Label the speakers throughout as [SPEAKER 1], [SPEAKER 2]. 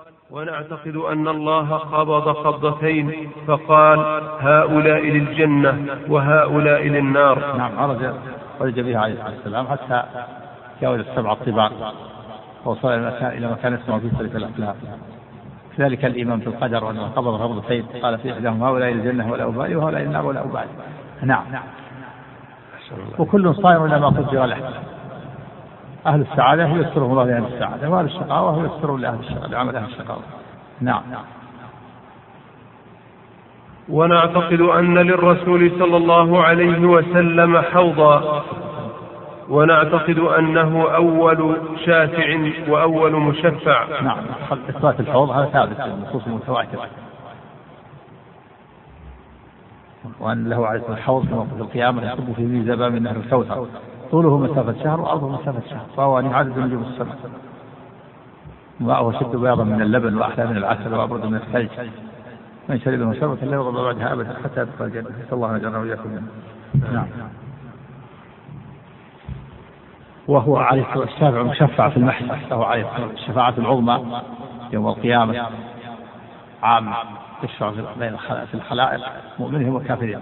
[SPEAKER 1] ونعتقد أن الله قبض قبضتين فقال هؤلاء للجنة وهؤلاء للنار.
[SPEAKER 2] نعم، عرج به عليه الصلاة والسلام حتى جاوز 7 طباق ووصل إلى مكان اسمه في سلك الأفلاك. ذلك الإيمان في القدر وأنه قبض قبضتين قال في إحداهم هؤلاء للجنة ولا أبالي وهؤلاء للنار ولا أبالي. نعم. وكل صائر إلى ما قدر له. أهل السعادة ييسرهم الله لأهل السعادة، وأهل الشقاوة ييسرون لأهل الشقاوة لعمل أهل الشقاوة. نعم.
[SPEAKER 1] ونعتقد أن للرسول صلى الله عليه وسلم حوضا، ونعتقد أنه أول شافع وأول مشفع.
[SPEAKER 2] نعم، إثبات الحوض هذا ثابت في النصوص المتواترة، وأن له عليه الحوض كما في القيامة يصب في زبام من نهر الكوثر طوله مسافة شهر وعرضه مسافة شهر، فهو أن عدد نجوم السماء، ماءه شد بياضا من اللبن وأحلى من العسل وأبرد من الثلج، من شربه شربة لا يرضى بعدها أبدا حتى يدخل الجنة. نسأل الله أن يجعلنا وإياكم منه. نعم. وهو عليه الشافع المشفع في المحشر، له عليه الشفاعة العظمى يوم القيامة عام تشفع في الخلائق مؤمنهم وكافرين،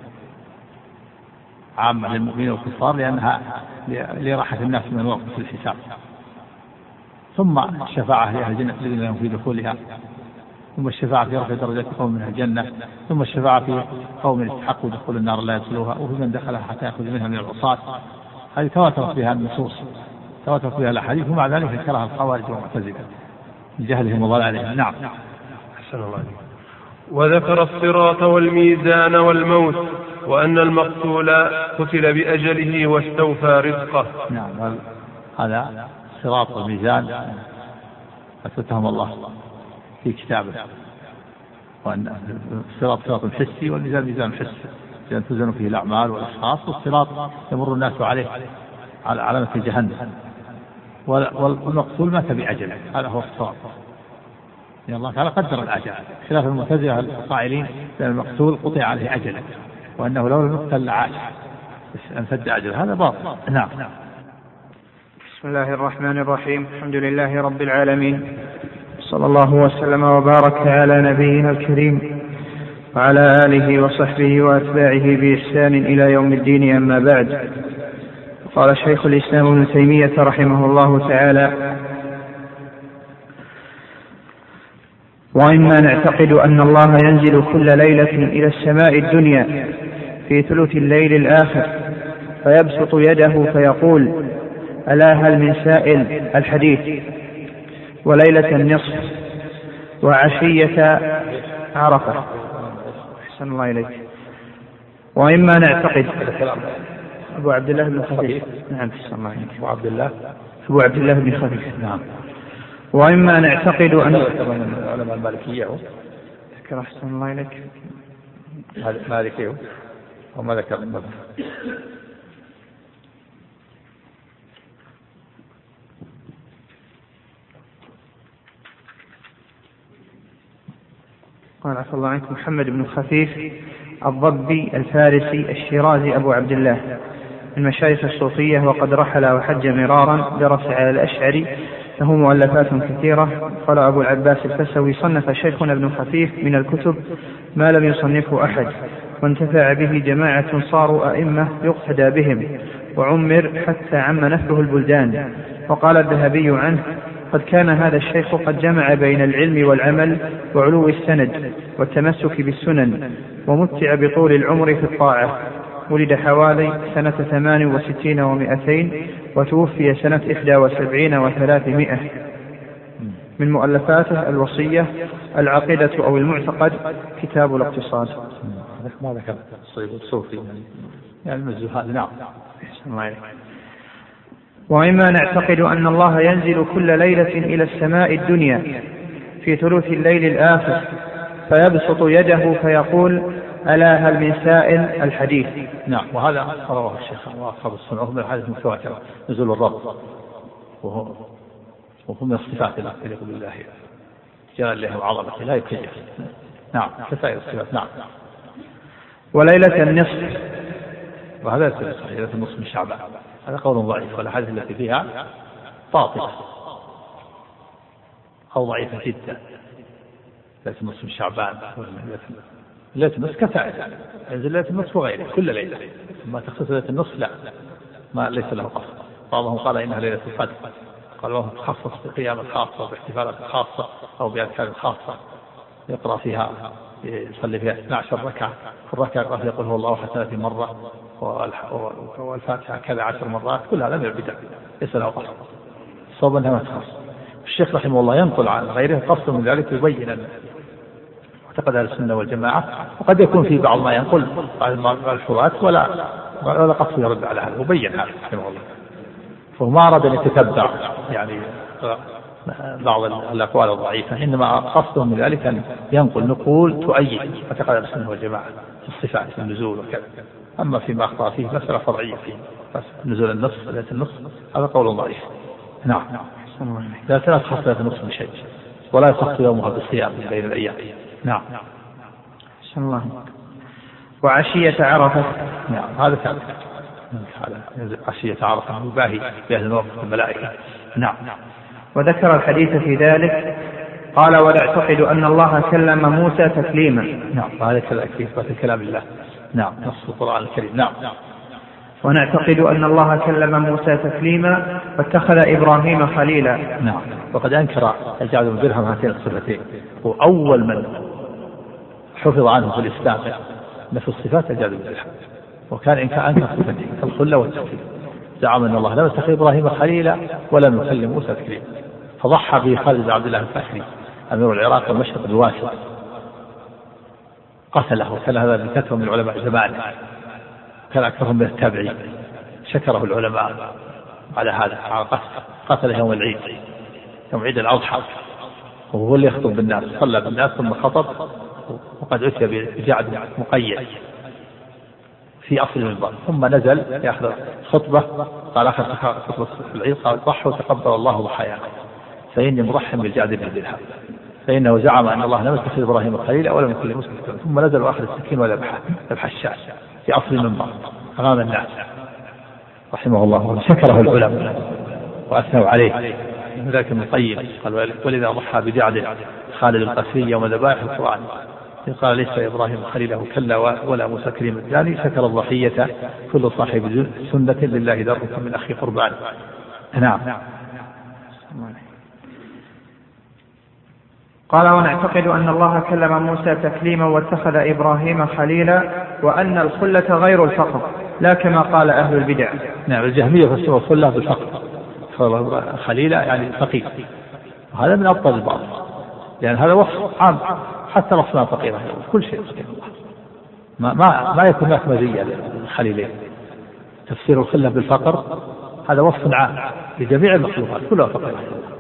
[SPEAKER 2] عامة للمؤمنين والكفار لأنها لراحة الناس من الوقت في الحساب. ثم الشفاعة لأهل الجنة الذين لهم في دخولها، ثم الشفاعة في رفع درجات قوم من الجنة، ثم الشفاعة في قوم استحقوا دخول النار لا يدخلوها، وفي من دخلها حتى يأخذ منها من العصاة. هذه تواترت بها النصوص، تواترت بها الأحاديث، ومع ذلك كره الخوارج والمعتزلة لجهلهم وضلالهم. نعم.
[SPEAKER 1] أحسن الله عليك. وذكر الصراط والميزان والموت، وأن المقتول قتل بأجله واستوفى رزقه.
[SPEAKER 2] نعم، هذا الصراط والميزان أثبتهم الله في كتابه، وأن الصراط صراط حسي والميزان ميزان حسي لأن توزن فيه الأعمال والأشخاص، والصراط يمر الناس عليه على علامة جهنم، والمقتول مات بأجله، هذا هو الصراط. يعني الله تعالى قدر الأجل، خلاف المعتزلة القائلين بأن المقتول قطع عليه أجله وأنه لو لم يقتل لعاش أنفد أجله، هذا باطل. نعم.
[SPEAKER 3] بسم الله الرحمن الرحيم. الحمد لله رب العالمين، صلى الله وسلم وبارك على نبينا الكريم وعلى آله وصحبه وأتباعه بإحسان إلى يوم الدين. أما بعد، قال شيخ الإسلام ابن تيمية رحمه الله تعالى: وإما نعتقد أن الله ينزل كل ليلة إلى السماء الدنيا في ثلث الليل الآخر فيبسط يده فيقول: ألا هل من سائل؟ الحديث. وليلة النصف وعشية عرفة. أحسن الله إليك. وإما نعتقد أبو عبد الله بن خفيف. نعم. أحسن الله إليك. أبو عبد الله بن خفيف. نعم. وإما نعتقد أن
[SPEAKER 2] علماء المالكية
[SPEAKER 3] ذكر. أحسن الله إليك.
[SPEAKER 2] مالكية وما ذكر.
[SPEAKER 3] قال عفى الله عنكم: محمد بن خفيف الضبي الفارسي الشيرازي أبو عبد الله من مشايخ الصوفية، وقد رحل وحج مرارا، درس على الأشعري، له مؤلفات كثيرة. قال أبو العباس الفسوي: صنف شيخنا ابن خفيف من الكتب ما لم يصنفه أحد، وانتفع به جماعة صاروا أئمة يقتدى بهم، وعمر حتى عم نفله البلدان. وقال الذهبي عنه: قد كان هذا الشيخ قد جمع بين العلم والعمل وعلو السند والتمسك بالسنن، ومتع بطول العمر في الطاعة. ولد حوالي سنة 68 و200، وتوفي سنة 71 و300. من مؤلفاته الوصية، العقيدة أو المعتقد، كتاب الاقتصاد.
[SPEAKER 2] ما ذكر الصوفي يعني الزهاد. نعم.
[SPEAKER 3] وإما نعتقد أن الله ينزل كل ليلة إلى السماء الدنيا في ثلث الليل الآخر فيبسط يده فيقول: ألا هل من سائل؟ الحديث.
[SPEAKER 2] نعم. وهذا رواه الشيخ وأصحاب السنة من الحديث المتواتر نزول الرب، وهو من الصفات التي يليق بالله جلال له وعظمته لا يتكيف. نعم. كسائر الصفات. نعم.
[SPEAKER 3] وليلة النصف،
[SPEAKER 2] وهذا ليلة النصف من شعبان، هذا قول ضعيف، والأحاديث التي فيها باطلة. أو ضعيفة جدا، ليلة النصف من شعبان، ليلة النصف كفاية، ينزل ليلة النصف وغيره كل ليلة، ما تخصص ليلة النصف لا، ما ليس له قصر. بعضهم قال إنها ليلة القدر، قالوا تخصص بقيام خاصة باحتفالات خاصة أو بأذكار خاصة يقرأ فيها، يصلي فيها 12 ركعة، في الركعة يقرأ يقول هو الله أحد 30 مرة والفاتحة كذا 10 مرات، كل هذا من البدع ليس له قصر. الصواب أنها ما تخص. الشيخ رحمه الله ينقل عن غيره قصد من ذلك يبين أن معتقد أهل السنة والجماعة، وقد يكون في بعض ما ينقل بعض الحروات ولا قصد يرد على هذا، وبين هذا رحمه الله. فهو ما أراد أن يتتبع يعني بعض الأقوال الضعيفة، إنما قصده من ذلك أن ينقل نقول تؤيد معتقد أهل السنة والجماعة في الصفات في النزول وكذا. أما فيما أخطأ فيه مسألة فرعية فيه نزول النصف ليلة النصف هذا قول ضعيف. نعم. لا تخص ليلة النصف من شيء، ولا يخص يومها بالصيام من بين الأيام. نعم.
[SPEAKER 3] أحسن الله. وعشية عرفة.
[SPEAKER 2] نعم هذا ثابت، عشية عرفة يباهي بهذا الوقت الملائكة. نعم.
[SPEAKER 3] وذكر الحديث في ذلك قال ونعتقد أن الله كلم موسى تكليما.
[SPEAKER 2] نعم هذا كذلك في إثبات كلام الله. نعم نص القرآن الكريم. نعم.
[SPEAKER 3] ونعتقد أن الله كلم موسى تكليما واتخذ إبراهيم خليلا.
[SPEAKER 2] نعم. وقد أنكر الجعد بن درهم هاتين الصفتين، وأول من حفظ عنه في الإسلام نفي الصفات الجعد بن درهم، وكان أنكر صفتين الخلة والتكليم، زعم أن الله لم يتخذ إبراهيم خليلا ولم يكلم موسى تكليما، فضحى به خالد بن عبد الله الفهري أمير العراق والمشرق الواسط، قتله. كان هذا من كثرة من علماء زمانه، كان أكثرهم من التابعين، شكره العلماء على هذا، قتله يوم العيد، يوم عيد الأضحى، وهو اللي يخطب بالناس، صلى بالناس ثم خطب، وقد أتي بجعد مقيد في أصل المنبر، ثم نزل يأخذ خطبة، قال آخر خطبة العيد قال ضحوا تقبل الله ضحاياكم فإني مضحٍ بالجعد بن درهم، فإنه زعم أن الله لم يتخذ إبراهيم خليلا ولم يكن له مسلم، ثم نزل وأخذ السكين وذبح الشاة في أصل المنبر أمام الناس رحمه الله، شكره العلماء وأثنوا عليه. من ذلك ابن القيم قال ولذا ضحى بجعد خالد القسري يوم ذبائح القرآن، قال ليس إبراهيم خليله كلا ولا موسى كريم الثاني، شكر الضحية كل صاحب سنة لله درك من أخي قربان. نعم.
[SPEAKER 3] قال ونعتقد أن الله كلم موسى تكليما واتخذ إبراهيم خليلا، وأن الخلة غير الفقر لا كما قال أهل البدع.
[SPEAKER 2] نعم الجهمية فسروا الخلة بالفقر، خليلا يعني فقير، وهذا من أبطل البعض، لأن هذا وصف عام حتى الأصنام فقيرة، كل شيء فقير الله، ما يكون هناك مزية للخليلين. تفسير الخلة بالفقر هذا وصف عام لجميع المخلوقات كلها فقيرة،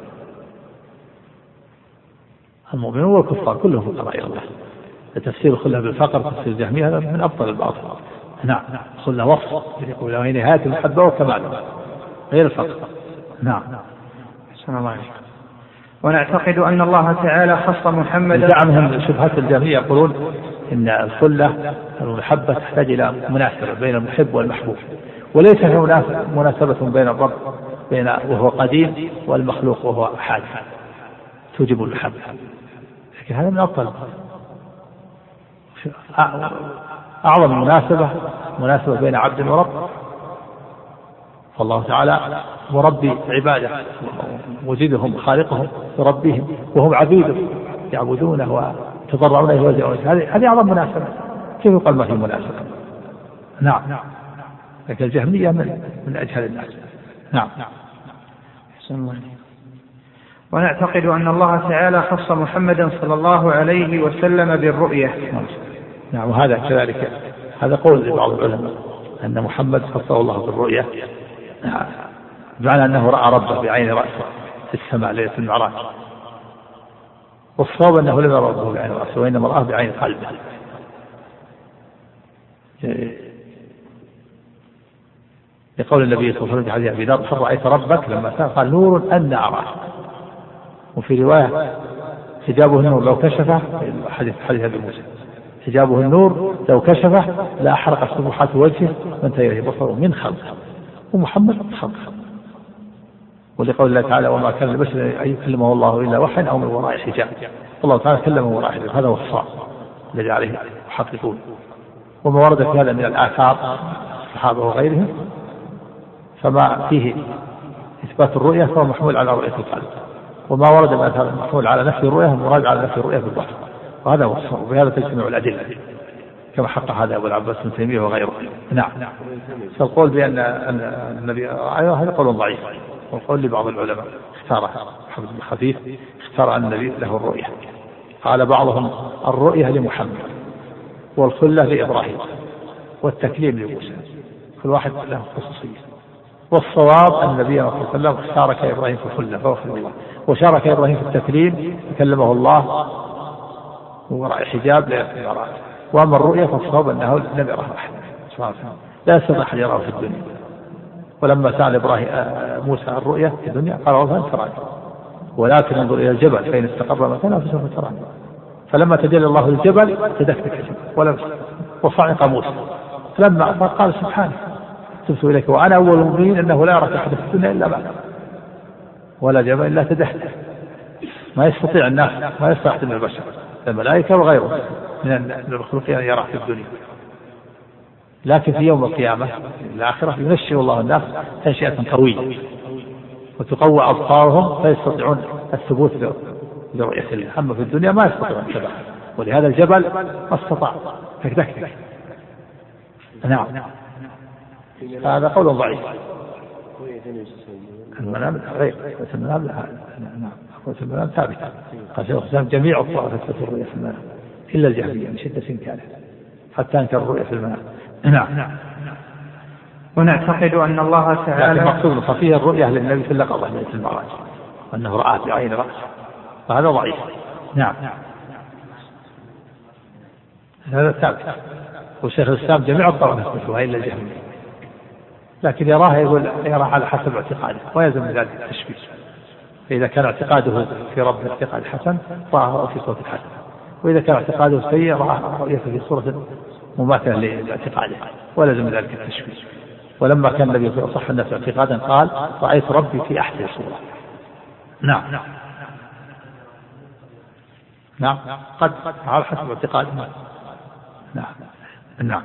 [SPEAKER 2] المؤمنون والكفار كلهم فقراء إلى الله. تفسير الخلة بالفقر تفسير الجهمية هذا من أبطل البعض. نعم الخلة وصف يقول له نهاية المحبة وكمالها غير الفقر. نعم.
[SPEAKER 3] أحسن الله عليك. ونعتقد أن الله تعالى خص محمدا.
[SPEAKER 2] زعمهم شبهات الجهمية يقولون إن الخلة المحبة تحتاج إلى مناسبة بين المحب والمحبوب، وليس هناك مناسبة بين الرب وهو قديم والمخلوق وهو حادث توجب المحبة، لكن هذا من أبطل. أعظم مناسبة بين عبد ورب، فالله تعالى مربي عباده وزيدهم خالقهم يربيهم وهم عبيده يعبدونه ويتضرعون إليه ويلجؤون، هذه أعظم مناسبة، كيف يقال ما في مناسبة؟ نعم. لكن الجهمية من أجهل الناس. نعم.
[SPEAKER 3] أحسن الله. ونعتقد أن الله تعالى خص محمدا صلى الله عليه وسلم بالرؤية.
[SPEAKER 2] نعم وهذا كذلك، هذا قول لبعض العلماء أن محمد خصه الله بالرؤية، بمعنى أنه رأى ربه بعين رأسه في السماء ليلة المعراج، والصواب أنه لم يرى ربه بعين رأسه وإنما رآه بعين قلبه، لقول النبي صلى الله عليه وسلم في حديث أبي ذر هل رأيت ربك لما قال نور أن أراه، وفي رواية حجابه النور لو كشفه، حديث أبي موسى حجابه النور لو كشفه لا أحرق سبحات وجهه وانتهى إليه بصره من خلقه، ومحمد خلقه ولقول الله تعالى وما كان لبشر أن يكلمه الله إلا وحيا أو من وراء حجاب. الله تعالى كلمه من وراء حجاب، هذا هو الصواب الذي عليه يحققون. وما ورد في هذا من الآثار الصحابة وغيرهم فما فيه إثبات الرؤية فهو محمول على رؤية القلب، وما ورد من الآثار محمول على نفي الرؤية المراد على نفي الرؤية بالبصر، وهذا هو الصواب، وبهذا تجتمع الأدلة كما حق هذا أبو العباس بن تيمية وغيره. نعم. فالقول بأن النبي هذا قول ضعيف، والقول لبعض العلماء اختار محمد بن خفيف اختار أن النبي له الرؤية. قال بعضهم الرؤية لمحمد والخلة لإبراهيم والتكليم لموسى، كل واحد له خصوصية. والصواب أن النبي صلى الله عليه وسلم شارك إبراهيم في الخلة فهو خلة الله، وشارك إبراهيم في التكليم كلمه الله وراء حجاب لا يكون وراءه. وأما الرؤية فالصواب أنه لم يره أحد لا يستطيع أحد يراه في الدنيا. ولما سأل موسى الرؤية في الدنيا قال ربنا تراني ولكن انظر إلى الجبل فإن استقر مكانه فسوف تراني. فلما تجلى الله للجبل تدكك الجبل وصعق موسى، فلما أفاق قال سبحانه تبت إليك وأنا أول المؤمنين أنه لا يراك أحد في الدنيا إلا معك ولا جبل إلا تدحت. ما يستطيع الناس، ما يستطيع أحد من البشر الملائكة وغيره من المخلوقين أن يراه في الدنيا، لكن في يوم القيامة الآخرة ينشئ الله الناس تنشئة قوية وتقوى أبصارهم فيستطيعون الثبوت برؤية الله. أما في الدنيا ما يستطيعون الثبات، ولهذا الجبل ما استطاع تكتك. نعم. هذا قول ضعيف. المنام غير المنام. نعم. المنام ثابت. قال شيخ الإسلام جميع الطوائف تثبت الرؤية في المنام إلا الجهمية من شدة إنكاره حتى أنكر الرؤية في المنام. نعم.
[SPEAKER 3] ونعتقد أن الله تعالى
[SPEAKER 2] المقصود ففيه الرؤية للنبي في اللقظة ليلة المعراج وأنه رآه بعين رأسه، فهذا ضعيف. نعم. هذا ثابت. وشيخ الإسلام جميع الطوائف تثبتها إلا الجهمية، لكن يراه يراه على حسب اعتقاده ويلزم ذلك التشبيه. فإذا كان اعتقاده في رب اعتقاد حسن رآه في صورة حسن، وإذا كان اعتقاده سيء رآه رؤيته في صورة مماثلة لاعتقاده ولازم ذلك التشبيه. ولما كان النبي صلى الله عليه وسلم اعتقادا قال رأيت ربي في أحسن صورة. نعم. نعم. قد على حسب اعتقاده. نعم. نعم.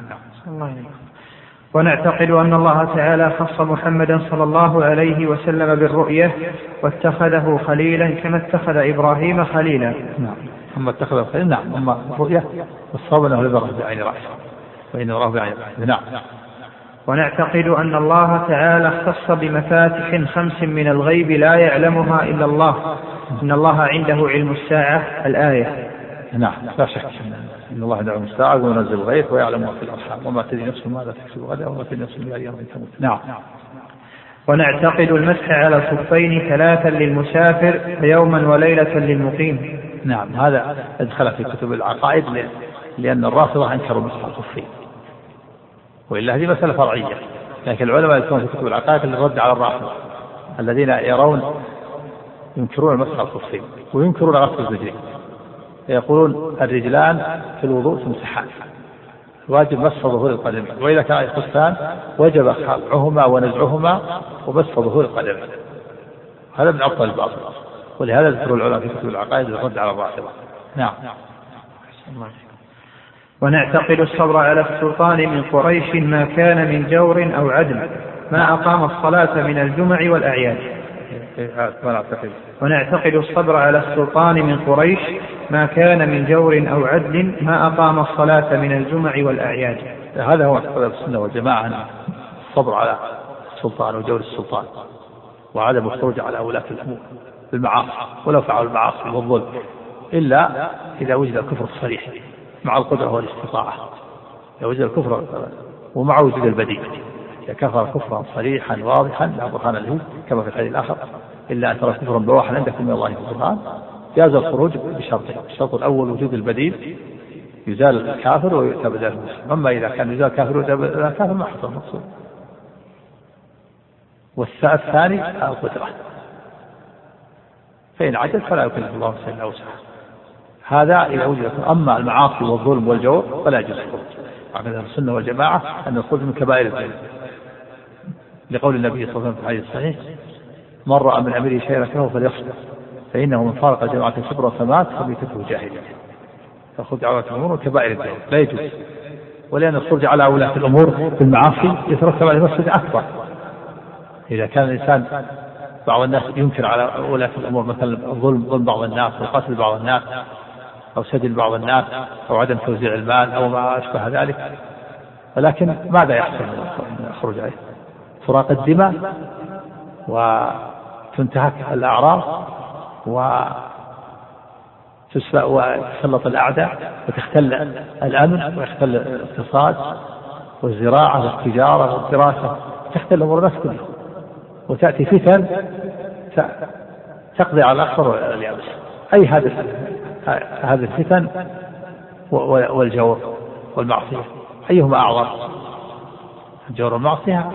[SPEAKER 3] ونعتقد أن الله تعالى خص محمدا صلى الله عليه وسلم بالرؤية واتخذه خليلا كما اتخذ إبراهيم خليلا.
[SPEAKER 2] نعم. أما اتخذه خليلا. نعم. أما الرؤية والصواب أنه لم يره بعين رأسه وإنه راه بعين رأسه. نعم.
[SPEAKER 3] ونعتقد أن الله تعالى اختص بمفاتح 5 من الغيب لا يعلمها إلا الله. إن الله عنده علم الساعة الآية.
[SPEAKER 2] نعم. لا شك إن الله عنده علم الساعة وينزل الغيث ويعلم ما في الأرحام وما تدري نفس ماذا تكسب غدا وما تدري نفس بأي أرض تموت. نعم.
[SPEAKER 3] ونعتقد المسح على الخفين 3 للمسافر ويوما وليلة للمقيم.
[SPEAKER 2] نعم. هذا ادخل في كتب العقائد لأن الرافضة أنكروا مسح الخفين، وإلا هذه مسألة فرعية، لكن العلماء يذكرون في كتب العقائد للرد على الرافضة الذين ينكرون مسح الخفين وينكرون غسل الرجلين، يقولون الرجلان في الوضوء تمسحان، واجب مسح ظهور القدمين، وإذا كان خفان وجب خلعهما ونزعهما ومسح ظهور القدمين. هذا من أبطل الباطل، ولهذا ذكر العلماء في كتب العقائد للرد على الرافضة. نعم.
[SPEAKER 3] ونعتقد الصبر على السلطان من قريش ما كان من جور أو عدل ما أقام الصلاة من الجمع والأعياد. ونعتقد الصبر على السلطان من قريش ما كان من جور أو عدل ما أقام الصلاة من الجمع والأعياد.
[SPEAKER 2] هذا هو اعتقاد السنة والجماعة، الصبر على السلطان وجور السلطان وعدم الخروج على أولاة الأمور بالمعاصي ولو فعلوا المعاصي والظلم، إلا إذا وجد الكفر الصريح مع القدرة والاستطاعة. إذا وجد الكفر ومع وجود البديل، إذا كفر كفرا صريحا واضحا لا برهان له كما في الحديث الآخر إلا أن ترى كفرا بواحا عندكم من الله برهان، جاز الخروج بشرطين: الشرط الأول وجود البديل يزال الكافر ويؤتى بدل المسلم، أما إذا كان يزال الكافر ويؤتى بدل الكافر ما حصل المقصود. والثاني القدرة، فإن عجز فلا يكلف الله نفسا إلا وسعها. هذا إذا وجد. أما المعاصي والظلم والجور فلا يجوز الخروج. عقيدة السنة والجماعة أن الخروج من كبائر الذنوب، لقول النبي صلى الله عليه وسلم في الحديث الصحيح: من رأى من أميره شيئا يكرهه فليصبر فإنه من فارق جماعة شبرا فمات فميتته جاهلية. فخرج على ولاة الأمور وكبائر الذنوب لا يجوز، ولأن الخروج على ولاة الأمور بالمعاصي يترتب على مفسدة أكبر. إذا كان الإنسان بعض الناس ينكر على ولاة الأمور مثلا ظلم بعض الناس أو قتل بعض الناس أو سجن بعض الناس أو عدم توزيع المال أو ما أشبه ذلك، ولكن ماذا يحصل من الخروج عليه؟ فراق الدماء وتنتهك الأعراض وتسلط الأعداء وتختل الأمن ويختل الاقتصاد والزراعة والتجارة والدراسة، تختل الأمور الناس كلها، وتأتي فتن تقضي على الأخضر واليابس. أي هذه الفتن والجور والمعصية أيهما أعظم؟ الجور والمعصية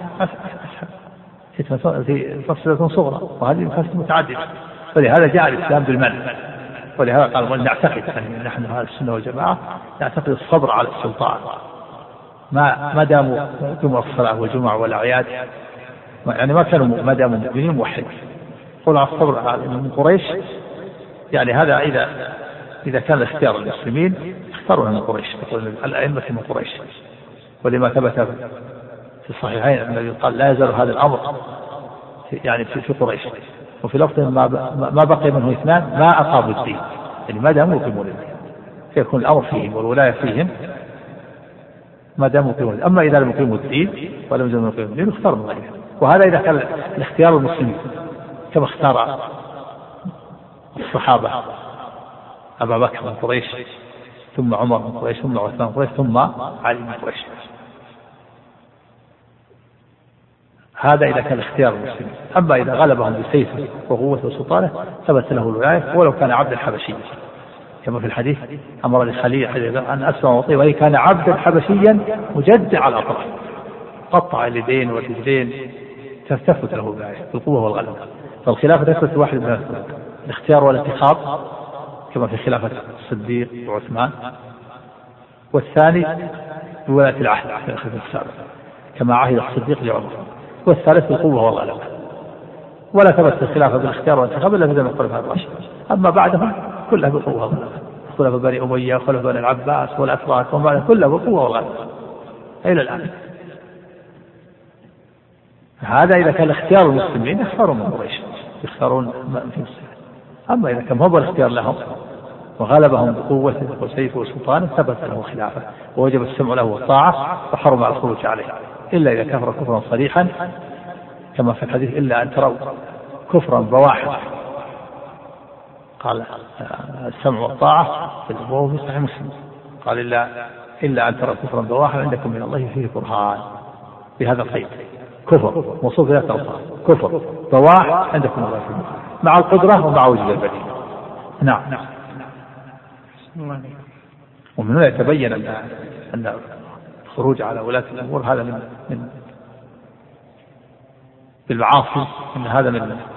[SPEAKER 2] مفسدة صغرى، وهذه مفاسد متعددة، ولهذا جاء الإسلام بالمنع. ولهذا قال نعتقد نحن هذا السنة والجماعة نعتقد الصبر على السلطان ما داموا جمعة الصلاة والجمعة والأعياد، يعني ما كانوا ما داموا مؤمنين موحدين. قل على الصبر من قريش، يعني هذا إذا كان الاختيار المسلمين اختاروا من قريش، تقول الأئمة من قريش، ولما ثبت في الصحيحين الذي قال لا يزال هذا الأمر يعني في قريش، وفي لفظ ما بقي منه اثنان ما أقاموا الدين، يعني ما داموا يقيمون الدين فيكون الأمر فيهم والولاية فيهم ما داموا يقيمون الدين. أما إذا لم يقيموا الدين ولم يزالوا يقيمون الدين اختار من غيره. وهذا إذا كان الاختيار المسلمين كما اختار الصحابة أبا بكر من قريش، ثم عمر من قريش، ثم عثمان من قريش، ثم علي من قريش. هذا إذا كان اختيار المسلمين. أما إذا غلبهم بسيفه وقوته وسلطانه ثبت له الولاية ولو كان عبدا حبشيا، كما في الحديث أمر لخليل أن أسلم وطيه وإن كان عبدا حبشيا مجدع على الأطراف، قطع اليدين والرجلين تثبت له الولاية بالقوة والغلبة. فالخلافة تثبت واحد من الاختيار والانتخاب كما في خلافة الصديق وعثمان، والثاني بولاية العهد في الخلافة السابقة كما عهد الصديق لعمر، والثالث بالقوة والغلبة. ولا ثبت الخلافة بالاختيار والانتخاب إلا في زمن الخلفاء الراشدين، أما بعدهم كلها بالقوة والغلبة، خلفاء بني أمية وخلفاء بني العباس والأتراك وما كلها بالقوة والغلبة إلى الآن. هذا إذا كان اختيار المسلمين يختارون من قريش، يختارون في مسلمين. أما إذا كان هو الاختيار لهم وغلبهم بقوته وسيفه وسلطانه ثبت له الخلافة ووجب السمع له والطاعة وحرم على الخروج عليه، إلا إذا كفر كفرا صريحا كما في الحديث إلا أن تروا كفرا بواحا، قال السمع والطاعة في الأبواب في صحيح مسلم، قال إلا أن تروا كفرا بواحا عندكم من الله فيه برهان، بهذا القيد كفر موصوف بذات الأوصاف، كفر بواح عندكم من الله فيه برهان مع القدرة ومع وجود البديل. نعم. ومن هنا يتبين أن الخروج على ولاة الأمور هذا من بالمعاصي، إن هذا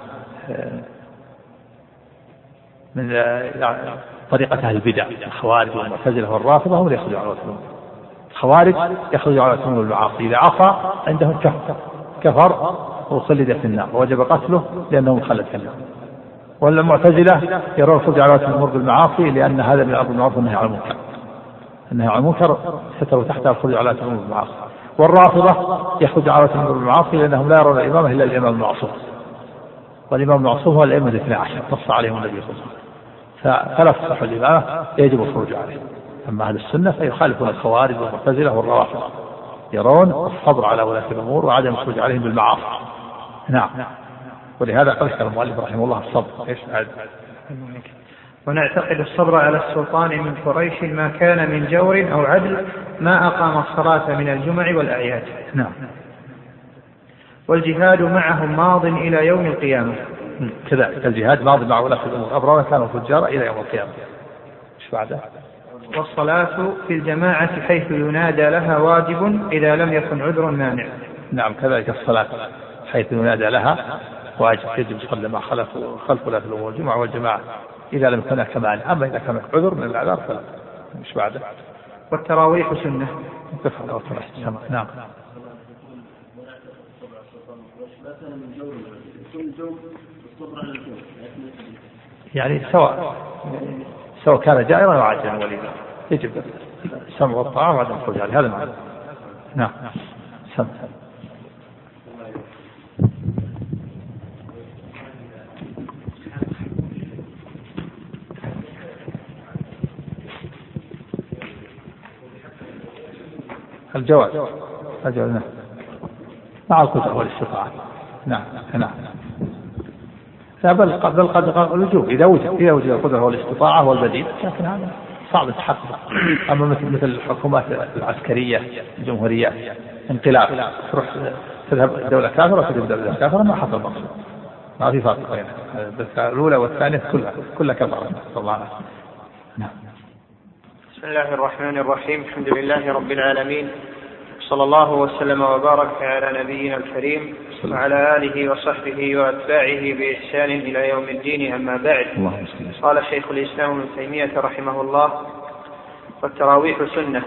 [SPEAKER 2] من طريقة أهل البدع الخوارج والمعتزلة والرافضة هم يخرجوا على ولاة الأمور. الخوارج يخرجوا على ولاة الأمور بالمعاصي، إذا عصى عندهم كفر وخلد في النار ووجب قتله لأنه مخلد في النار. والمعتزلة يرون الخروج على ولاة الأمور بالمعاصي لأن هذا من الأمر بالمعروف والنهي عن المنكر، النهي عن المنكر ستروا تحتها الخروج على ولاة الأمور بالمعاصي. والرافضة يخرج على ولاة الأمور بالمعاصي لأنهم لا يرون الإمامة إلا الإمام المعصوم، والإمام المعصوم هو الأئمة 12 نص عليهم النبي صلى الله عليه وسلم، فلا تصح الإمامة يجب الخروج عليه. أما أهل السنة فيخالفون الخوارج والمعتزلة والروافض، يرون الصبر على ولاة الأمور وعدم الخروج عليهم بالمعاصي. نعم. ولهذا قال المؤلف رحمه الله الصبر.
[SPEAKER 3] ونعتقد الصبر على السلطان من قريش ما كان من جور أو عدل ما أقام الصلاة من الجمع والأعياد.
[SPEAKER 2] نعم.
[SPEAKER 3] والجهاد معهم ماض إلى يوم القيامة.
[SPEAKER 2] كذلك الجهاد ماض مع ولاة الأمور أبرار كانوا فجارا إلى يوم القيامة. إيش بعده؟
[SPEAKER 3] والصلاة في الجماعة حيث ينادى لها واجب إذا لم يكن عذر مانع.
[SPEAKER 2] نعم كذلك الصلاة حيث ينادى لها واجب، يجب يصلي مع خلف ولاة الأمور الجمعة والجماعة إذا لم يكن كمال. أما إذا كان عذر من الأعذار فلا. إيش بعده؟
[SPEAKER 3] والتراويح سنة.
[SPEAKER 2] نعم. يعني سواء كان جائرا أو عاجلا وليما يجب السمع والطاعة وعدم الخروج عليه، هذا معنى. نعم. سمع. الجواز نعم مع القدرة والاستطاعة. نعم. لا بل قد الوجوب إذا وجد القدرة والاستطاعة والبديل، لكن هذا صعب التحقق. أما مثل الحكومات العسكرية الجمهورية انقلاب تروح تذهب دولة كافرة وتذهب دولة كافرة ما حصل مقصود، ما في فرق بينها، الأولى والثانية كلها كفرة. نعم.
[SPEAKER 3] بسم الله الرحمن الرحيم. الحمد لله رب العالمين، صلى الله وسلم وبارك على نبينا الكريم وعلى آله وصحبه وأتباعه بإحسان إلى يوم الدين. أما بعد، قال شيخ الإسلام ابن تيمية رحمه الله: والتراويح سنة.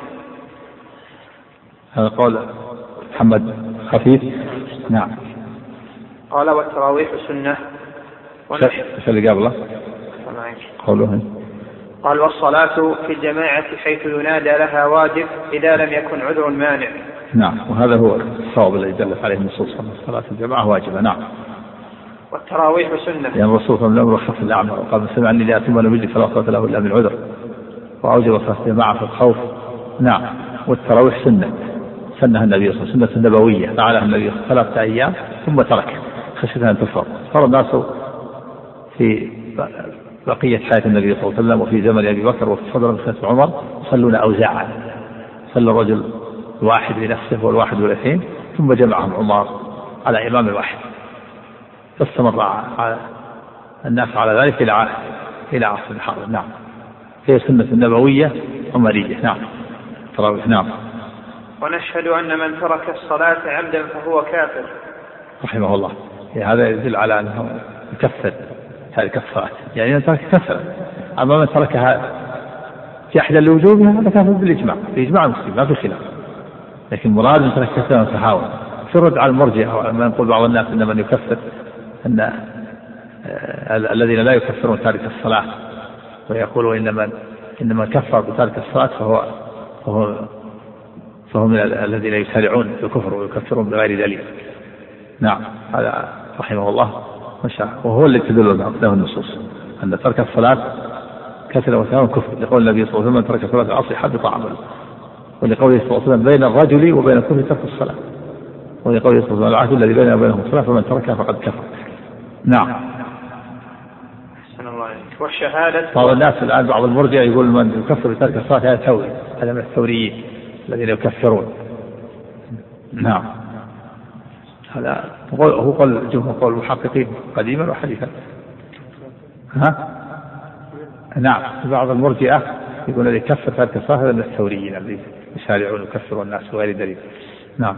[SPEAKER 2] هذا قول محمد خفيف. نعم.
[SPEAKER 3] قال: والتراويح سنة.
[SPEAKER 2] ايش اللي قبله؟ قوله
[SPEAKER 3] قال: والصلاة في الجماعة حيث ينادى لها واجب إذا لم يكن عذر مانع.
[SPEAKER 2] نعم، وهذا هو الصواب الذي دلت عليه النصوص أن الصلاة الجماعة واجبة. نعم.
[SPEAKER 3] والتراويح سنة،
[SPEAKER 2] يعني الرسول صلى الله عليه وسلم رخص الأعمى وقال: من سمع أني لا أتم ولا أجد فلا صلاة له إلا من عذر، وأوجب صلاة الجماعة في الخوف. نعم. والتراويح سنة النبي صلى الله عليه وسلم، سنة نبوية فعلها النبي 3 أيام ثم ترك خشية أن تفرض. صار الناس في بقية حياة النبي صلى الله عليه وسلم وفي زمن أبي بكر وفي صدر خلافة عمر يصلون أوزاعا، صلى الرجل الواحد لنفسه والواحد والاثنين، ثم جمعهم عمر على إمام واحد، فاستمر الناس على ذلك إلى عصر الحاضر. نعم. هي سنة نبوية عمرية. نعم. تراويح. نعم.
[SPEAKER 3] ونشهد أن من ترك الصلاة عمدا فهو كافر.
[SPEAKER 2] رحمه الله. هذا يدل على أنه يكفر هذه الصلاة، يعني من ترك كفر. أما من تركها جحدا لوجوبها هذا كافر بالإجماع، بإجماع المسلمين ما في خلاف. لكن مراد من ترك كفر وتهاون. فرد على المرجئة ما يقول بعض الناس أن من يكفر أن الذين لا يكفرون تارك الصلاة، ويقولوا إن من كفر بتارك الصلاة فهو من الذين يسارعون في الكفر ويكفرون بغير دليل. نعم. هذا رحمه الله وهو اللي تدل له النصوص أن ترك الصلاة كسر وتهاون كفر، لقول النبي صلى الله عليه وسلم: ترك صلاة العصر حبط عمله. ولقوله صلى الله عليه وسلم: بين الرجل وبين الكفر ترك الصلاة. ولقوله صلى الله عليه وسلم: العهد الذي بيننا وبينهم الصلاة فمن تركها فقد كفر. نعم.
[SPEAKER 3] أحسن الله عليك. والشهادة.
[SPEAKER 2] بعض الناس الآن بعض المرجئة يقول من يكفر بترك الصلاة هذا ثوري، هذا من الثوريين الذين يكفرون. نعم. هذا هو قول الجمهور، قول المحققين قديما وحديثا. نعم. بعض المرجئة يقول الذي كفر ترك الصلاة هذا من الثوريين الذين يسارعون ويكفرون الناس بغير دليل. نعم.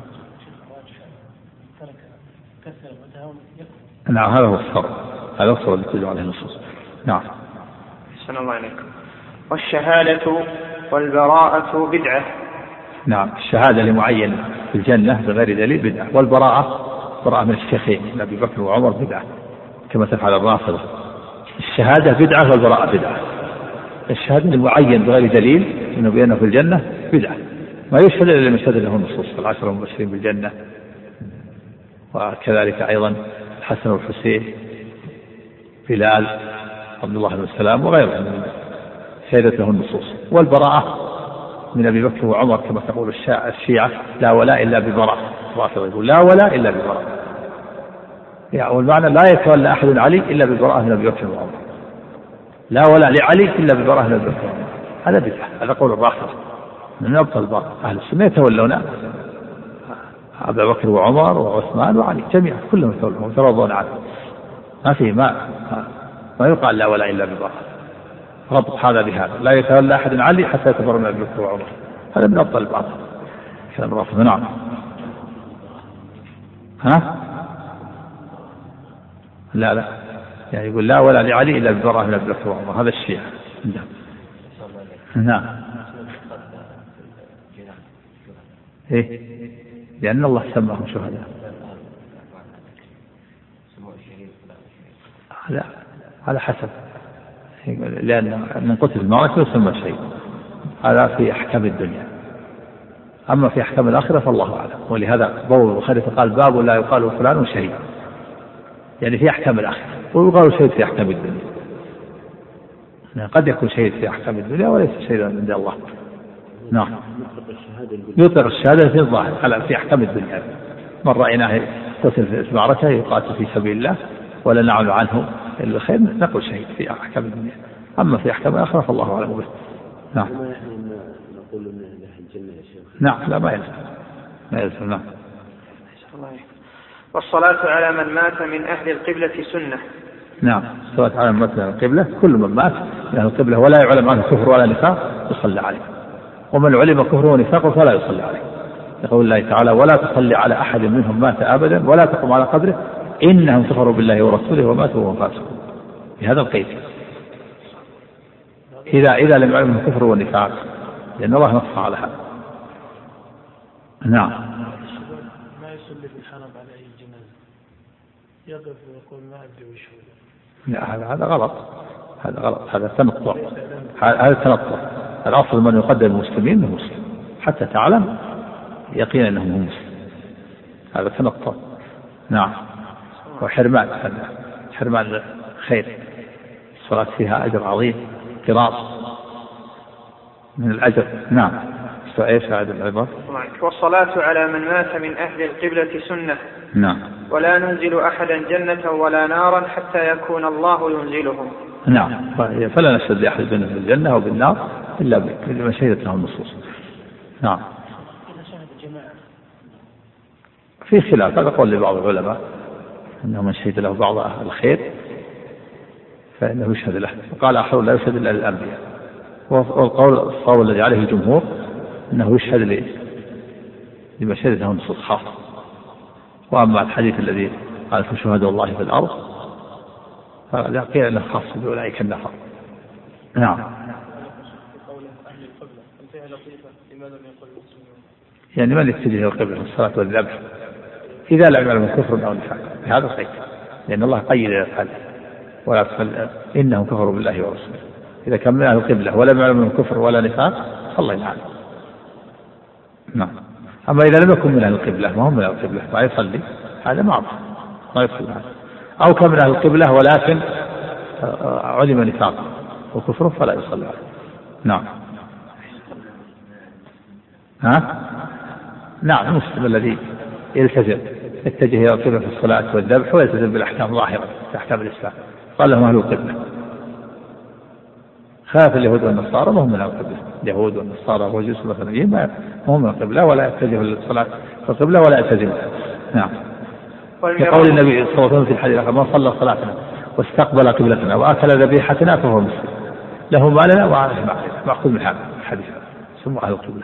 [SPEAKER 2] نعم. هذا هو الصواب، هذا هو الذي تدل عليه النصوص. نعم.
[SPEAKER 3] أحسن الله عليكم. والشهادة والبراءة بدعة.
[SPEAKER 2] نعم. الشهادة لمعين في الجنة بغير دليل بدعة، والبراءة براءة من الشيخين أبي بكر وعمر بدعة كما تفعل الرافضة. الشهادة بدعة والبراءة بدعة. الشهادة لمعين بغير دليل إنه بأنه في الجنة بدعة، ما يشهد إلا لما شهد له النصوص 10 المبشرين بالجنة، وكذلك أيضا الحسن والحسين، بلال، عبد الله بن سلام وغيرهم من شهدت له النصوص. والبراءة من أبي بكر وعمر كما تقول الشيعة: لا ولاء إلا ببراء. الرافضة يقول: لا ولاء إلا ببراء، يعني والمعنى لا يتولى أحد علي إلا ببراءة من أبي بكر وعمر، لا ولاء لعلي إلا ببراءة من أبي بكر وعمر. هذا بدعة، هذا قول الرافضة من أبطل الباطل. أهل السنة يتولون أبا بكر وعمر وعثمان وعلي جميعا، كلهم يتولون ويترضون عنه، ما فيه ما يقال لا ولاء إلا ببراءة. ربط هذا بهذا: لا يتولى أحد علي حتى يتبرأ من أبي بكر وعمر، هذا من أبطل الباطل كلام الرافضة. نعم. لا يعني يقول: لا ولا لعلي إلا ببراءة من أبي بكر وعمر، هذا الشيعة. نعم. إيه؟ لأن الله سماهم شهداء. على حسب، لأن من قتل المعركة يسمى شهيد. هذا في أحكام الدنيا. أما في أحكام الآخرة فالله أعلم. ولهذا بواب البخاري قال باب لا يقال فلان شهيد، يعني في أحكام الآخرة، ويقال شهيد في أحكام الدنيا. قد يكون شهيد في أحكام الدنيا وليس شهيدا عند الله. نعم، يطلق الشهادة في الظاهر في أحكام الدنيا. من رأيناه قتل في المعركة يقاتل في سبيل الله ولا نعلم عنه إلا الخير نقول شهيد في أحكام الدنيا. أما في أحكام الآخرة فالله أعلم به. نعم.
[SPEAKER 4] نقول أن أهل الجنة يا شيخ.
[SPEAKER 2] نعم، لا ما يلزم. نعم.
[SPEAKER 3] والصلاة على من مات من أهل القبلة سنة.
[SPEAKER 2] نعم، الصلاة على من مات من القبلة، كل من مات من أهل القبلة ولا يعلم عنه كفر ولا نفاق يصلى عليه، ومن علم كفره ونفاقه فلا يصلى عليه. يقول الله تعالى ولا تصلي على أحد منهم مات أبدا ولا تقم على قبره إنهم كفروا بالله ورسوله وماتوا وهم فاسقون. بهذا القيد إذا لم يعلم الكفر والنفاق، لأن الله نص على هذا. نعم.
[SPEAKER 5] ما يصلي في الحرم على أي جنازة يقف ويقول ما أدري وش هو.
[SPEAKER 2] لا، هذا غلط، هذا تنطع، هذا تنطع. الأصل من يقدم المسلمين انه مسلم حتى تعلم يقينا انه مسلم، هذا تنطع. نعم، وحرمان، هذا حرمان خير. الصلاة فيها أجر عظيم، قراص من الأجر. نعم. ايش هذا العبارة؟
[SPEAKER 3] والصلاة على من مات من أهل القبلة سنة.
[SPEAKER 2] نعم.
[SPEAKER 3] ولا ننزل أحدا جنة ولا نارا حتى يكون الله ينزلهم.
[SPEAKER 2] نعم، فلا نشهد لأحد بالجنة أو بالنار إلا بما شهدت له النصوص. نعم. في خلاف، هذا قول لبعض العلماء أنه من شهد له بعض أهل الخير فإنه يشهد له، وقال آخر لا يشهد إلا الأنبياء. والقول الذي عليه الجمهور أنه يشهد لما شهدت له النصوص خاصة. وأما الحديث الذي قال شهداء الله في الأرض فلا قيل أنه خاص بأولئك النفر. نعم. يعني من يتجه القبلة في الصلاة والذبح إذا لم يعلم كفر أو نفاق بهذا القيد، لأن الله قيد ذلك ولا تصل إنهم كفروا بالله ورسوله. إذا كان من أهل القبلة ولم يعلم من كفر ولا نفاق صلى الله عليه. نعم. أما إذا لم يكن من أهل القبلة ما هم من أهل القبلة ما يصلي، هذا معروف ما يصلي هذا. أو كان من أهل القبلة ولكن علم نفاقه وكفره فلا يصلي عليه. نعم. نعم، المسلم الذي يتجه إلى القبلة في الصلاة والذبح ويلتزم بالأحكام الظاهرة في أحكام الإسلام قال لهم أهل القبلة. خاف اليهود والنصارى ما هم من القبلة، اليهود والنصارى والمجوس والمثنيين ما هم من القبلة ولا يتجه للصلاة في القبلة ولا يلتزم. نعم. كقول النبي صلى الله عليه وسلم في الحديث من صلى صلاتنا واستقبل قبلتنا وأكل ذبيحتنا فهو مسلم له ما لنا وعليه ما علينا، مأخوذ من هذا الحديث ثم أهل القبلة.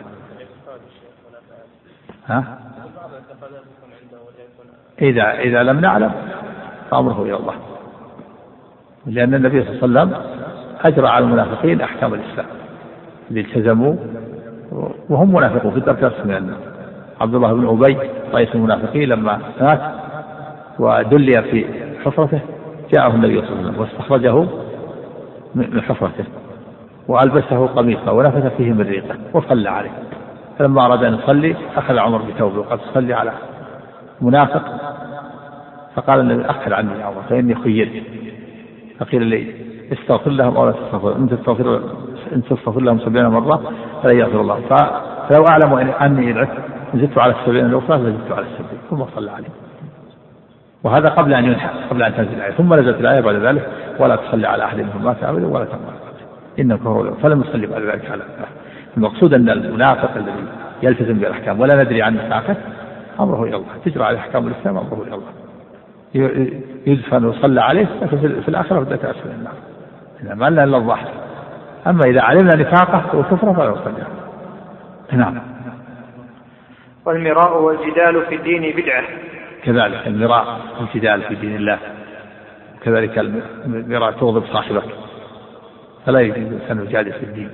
[SPEAKER 2] إذا لم نعلم فأمره إلى الله، لأن النبي صلى الله عليه وسلم أجرى على المنافقين أحكام الإسلام اللي التزموا وهم منافقون في الدرجات من النار. عبد الله بن أبي رئيس المنافقين لما مات ودلي في حفرته جاءه النبي صلى الله عليه وسلم واستخرجه من حفرته وألبسه قميصا ونفث فيه من ريقه وصلى عليه. فلما أراد أن يصلي أخذ عمر بثوبه وقال صلي على منافق، فقال النبي أخذ عني يا عمر فإني خيرت. فقيل لي استغفر لهم أو لا تستغفر، إن تستغفر لهم 70 مرة فلا يغفر الله. فلو أعلم أني زدت على 70 الأخرى لزدت على 70 ثم صلى عليه. وهذا قبل أن ينحى قبل أن تنزل الآية. ثم نزلت الآية بعد ذلك ولا تصلي على أحد منهم مات أبدا ولا تقم على قبره إنه كفر، فلم يصلي بعد ذلك على أحد. المقصود أن المنافق الذي يلتزم بالأحكام ولا ندري عن نفاقه أمره إلى الله، تجرى عليه أحكام الإسلام أمره إلى الله، يدفن ويصلى عليه في الآخرة بدأت أسفل النار إذا ما لنا إلا الظاهر. أما إذا علمنا نفاقه وكفره فلا نصلي عليه. نعم.
[SPEAKER 3] والمراء والجدال في الدين بدعة.
[SPEAKER 2] كذلك المراء والجدال في دين الله، وكذلك المراء تغضب صاحبك فلا يجوز أن يجادل في الدين.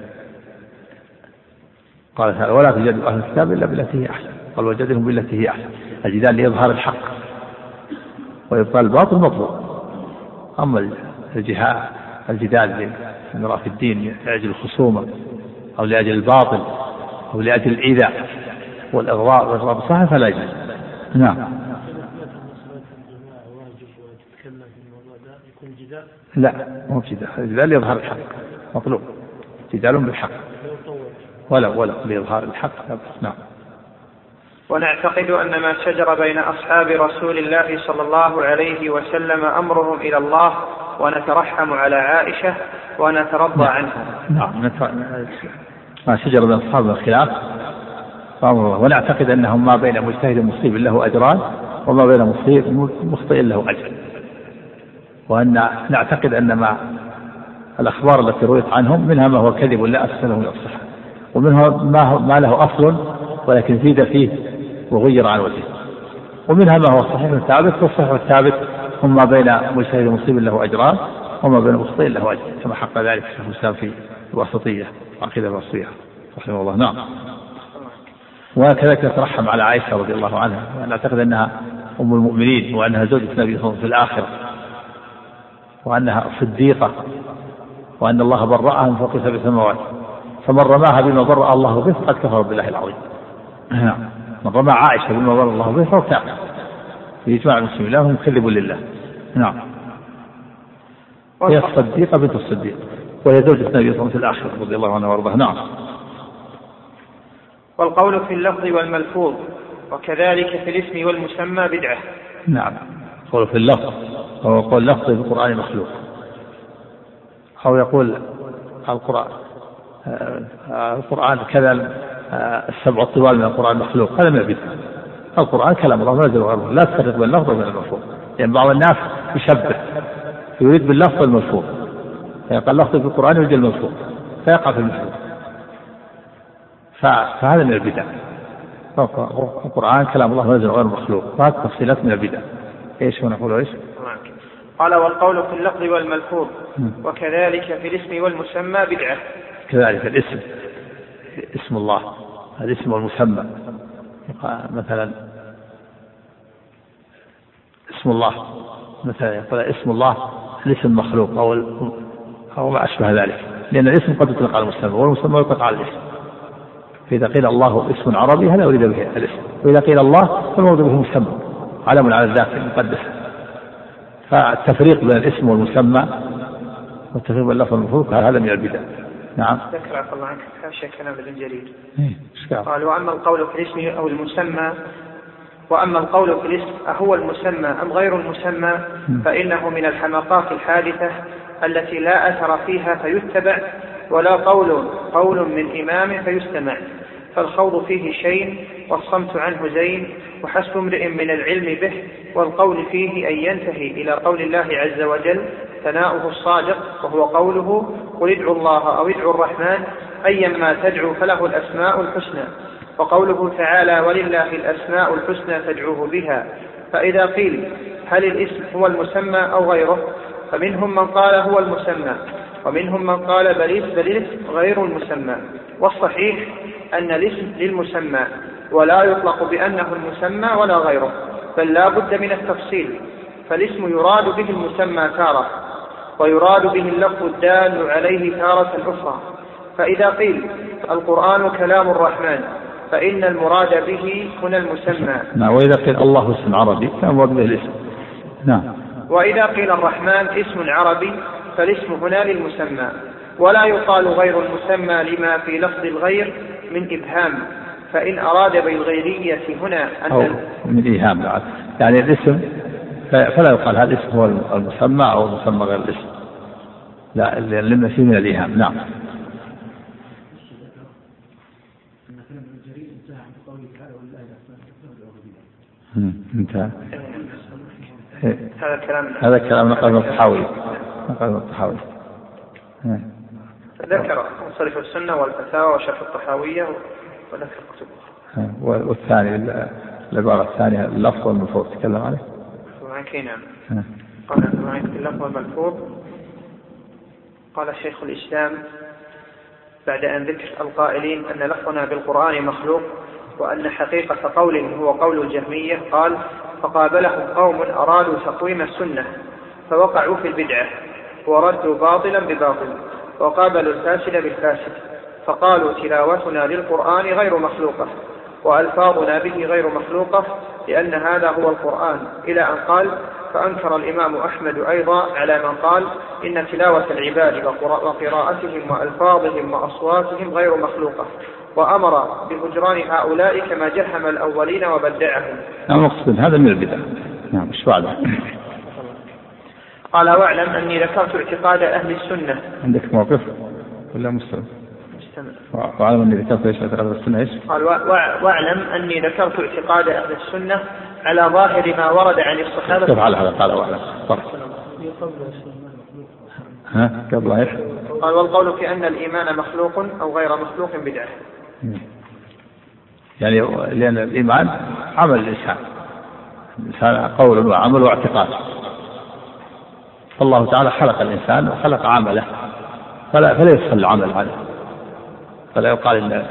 [SPEAKER 2] قال تعالى ولا تجادلوا أهل الكتاب إلا بالتي هي أحسن، قال وجادلهم بالتي هي أحسن. الجدال ليظهر الحق وإبطال الباطل مطلوب. أما الجدال في الدين لأجل الخصومة أو لأجل الباطل أو لأجل الإيذاء والإغراء بالصحة فلا يجوز. نعم. لا مو جدال، الجدال يظهر الحق مطلوب، جدال بالحق ولا لإظهار الحق. نعم.
[SPEAKER 3] ونعتقد أن ما شجر بين أصحاب رسول الله صلى الله عليه وسلم أمرهم إلى الله، ونترحم على عائشة ونترضى عنها.
[SPEAKER 2] نعم. ما شجر بين أصحاب الخلاف فأمر الله، ونعتقد أنهم ما بين مجتهد مصيب له أجران وما بين مخطئ له أجر، وأن نعتقد أن ما الأخبار التي رويت عنهم منها ما هو كذب لا أساس له من الصحة، ومنها ما له أصل ولكن زيد فيه وغير عن وجهه، ومنها ما هو صحيح ثابت، والصحيح الثابت هم ما بين مجتهد مصيب له أجران وما بين مخطئ له أجر، كما حق ذلك شيخ الإسلام في الواسطية عقيدة الواسطية رحمه الله. نعم. وكذلك نترحم على عائشة رضي الله عنها، ونعتقد أنها أم المؤمنين وأنها زوجة النبي صلى الله عليه وسلم في الآخرة، وأنها صديقة، وأن الله برأها من فوق 7 سماوات، فمن رماها بما برأ الله به قد كفر بالله العظيم. من رمى عائشة بما برأ الله به فهو كافر بإجماع المسلمين، لا هم كذب لله. نعم. هي الصديقة بنت الصديق، وهي زوجة النبي صلى الله عليه وسلم في الآخرة رضي الله عنها وارضاها. نعم.
[SPEAKER 3] والقول في اللفظ والملفوظ وكذلك في الاسم والمسمى بدعة.
[SPEAKER 2] نعم. قول في اللفظ هو قول لفظ في القرآن مخلوق، أو يقول القرآن كذا 7 الطوال من القرآن مخلوق، هذا من البدع. القرآن كلام الله نازل وغيره، لا تفرق بين اللفظ وبين الملفوظ، يعني بعض الناس يشبه يريد باللفظ الملفوظ، فيقال اللفظ في القرآن يريد الملفوظ فيقع في الملفوظ، فهذا من البدع. القرآن كلام الله نازل وغير مخلوق، وهذه تفصيلات من البدع. ايش نقول ايش؟
[SPEAKER 3] قال والقول في اللفظ والملفوظ وكذلك في الاسم والمسمى بدعة.
[SPEAKER 2] كذلك الاسم، اسم الله، الاسم والمسمى، مثلا اسم الله، مثلا يقول اسم الله الاسم مخلوق أو ما أشبه ذلك، لأن الاسم قد يطلق على المسمى والمسمى يطلق على الاسم. فإذا قيل الله اسم عربي هذا أريد به الاسم، وإذا قيل الله فالمراد به مسمى علم على الذات المقدسة. فالتفريق بين الاسم والمسمى والتفريق بين اللفظ والمفروض هذا من البدع. نعم.
[SPEAKER 3] ذكر الله عنك حاشا كلام ابن جرير. قال وأما القول في الاسم أو المسمى، وأما القول في الاسم أهو المسمى أم غير المسمى، فإنه من الحماقات الحادثة التي لا أثر فيها فيتبع، ولا قول من إمام فيستمع، فالخوض فيه شيء والصمت عنه زين، وحسب امرئ من العلم به والقول فيه أن ينتهي إلى قول الله عز وجل ثناؤه الصادق، وهو قوله قل ادعوا الله أو ادعوا الرحمن أيما تدعوا فله الأسماء الحسنى، وقوله تعالى ولله الأسماء الحسنى فادعوه بها. فإذا قيل هل الاسم هو المسمى أو غيره، فمنهم من قال هو المسمى، ومنهم من قال بل الاسم غير المسمى، والصحيح أن الاسم للمسمى ولا يطلق بأنه المسمى ولا غيره، بل لا بد من التفصيل، فالاسم يراد به المسمى تارة، ويراد به اللفظ الدال عليه تارة أخرى. فإذا قيل القرآن كلام الرحمن فإن المراد به هنا المسمى.
[SPEAKER 2] نعم. وإذا قيل الله اسم عربي فالمراد به الاسم. نعم.
[SPEAKER 3] وإذا قيل الرحمن اسم عربي فالاسم هنا للمسمى، ولا يقال غير المسمى لما في لفظ الغير من إبهام، فإن أراد بالغيرية هنا
[SPEAKER 2] أن من إيهام يعني الاسم، فلا يقال هذا الاسم هو المسمى أو المسمى غير الاسم، لا، لأن فيه من الإيهام. نعم. انتهى. هذا الكلام نقل من الطحاوي.
[SPEAKER 3] ذكر مصرف السنة والفتاوى وشرح الطحاوية وذكر كتب أخرى.
[SPEAKER 2] والثاني العبارة الثانية اللفظ والملفوظ تكلم عليه.
[SPEAKER 3] نعم. قال اللفظ والملفوظ. قال شيخ الإسلام بعد أن ذكر القائلين أن لفظنا بالقرآن مخلوق وأن حقيقة قوله هو قول الجهمية، قال فقابلهم قوم أرادوا تقويم السنة فوقعوا في البدعة وردوا باطلا بباطل وقابلوا الفاسد بالفاسد، فقالوا تلاوتنا للقرآن غير مخلوقة وألفاظنا به غير مخلوقة لأن هذا هو القرآن، إلى أن قال: فأنكر الإمام أحمد أيضا على من قال إن تلاوة العباد وقراءتهم وألفاظهم وأصواتهم غير مخلوقة، وأمر بهجران هؤلاء كما جهم الأولين وبدعهم.
[SPEAKER 2] المقصود هذا من البدع. نعم. ايش بعده؟
[SPEAKER 3] قال: واعلم أني ذكرت اعتقاد أهل السنة.
[SPEAKER 2] عندك موقف ولا مستمر؟ واعلم أني ذكرت ايش اعتقاد السنة ايش؟
[SPEAKER 3] قال: واعلم أني ذكرت اعتقاد أهل السنة على ظاهر ما ورد عن الصحابة.
[SPEAKER 2] كيف على هذا؟ قال: واعلم. ها قبل ايش؟
[SPEAKER 3] قال: والقول في أن الإيمان مخلوق أو غير مخلوق بدعة.
[SPEAKER 2] يعني لأن الإيمان عمل الإنسان قول وعمل واعتقاد، الله تعالى خلق الإنسان وخلق عمله فلا يفصل العمل عنه، فلا يقال إن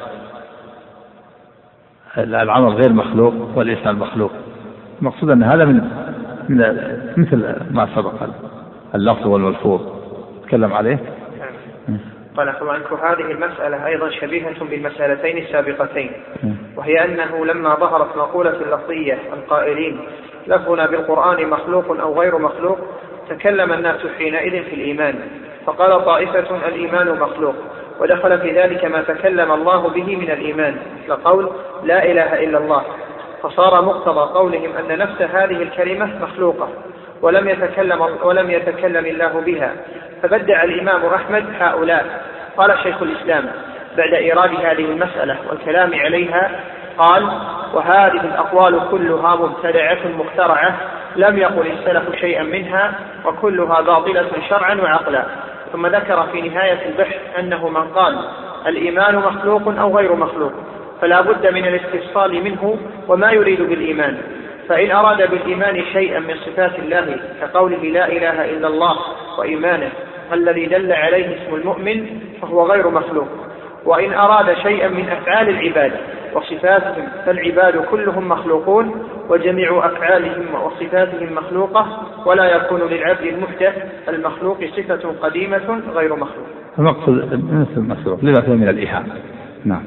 [SPEAKER 2] العمل غير مخلوق والإنسان مخلوق. المقصود أن هذا من مثل ما سبق اللفظ والملفوظ تكلم عليه.
[SPEAKER 3] قال: هذه المسألة أيضا شبيهة بالمسألتين السابقتين، وهي أنه لما ظهرت مقولة اللفظية القائلين لفظنا بالقرآن مخلوق أو غير مخلوق تكلم الناس حينئذ في الإيمان، فقال طائفة الإيمان مخلوق، ودخل في ذلك ما تكلم الله به من الإيمان لقول لا إله إلا الله، فصار مقتضى قولهم أن نفس هذه الكلمة مخلوقة ولم يتكلم الله بها، فبدع الإمام أحمد هؤلاء. قال شيخ الإسلام بعد إيراد هذه المسألة والكلام عليها قال: وهذه الأقوال كلها مبتدعة مخترعة لم يقل السلف شيئا منها وكلها باطلة شرعا وعقلا. ثم ذكر في نهاية البحث أنه من قال الإيمان مخلوق أو غير مخلوق فلا بد من الاستفصال منه وما يريد بالإيمان، فإن أراد بالإيمان شيئا من صفات الله كقوله لا إله إلا الله وإيمانه الذي دل عليه اسم المؤمن فهو غير مخلوق، وإن أراد شيئا من أفعال العباد وصفاتهم فالعباد كلهم مخلوقون وجميع أفعالهم وصفاتهم مخلوقة، ولا يكون للعبد المحدث المخلوق صفة قديمة غير مخلوق.
[SPEAKER 2] المقصود مثل المخلوق لما فيه من الإيهام. نعم.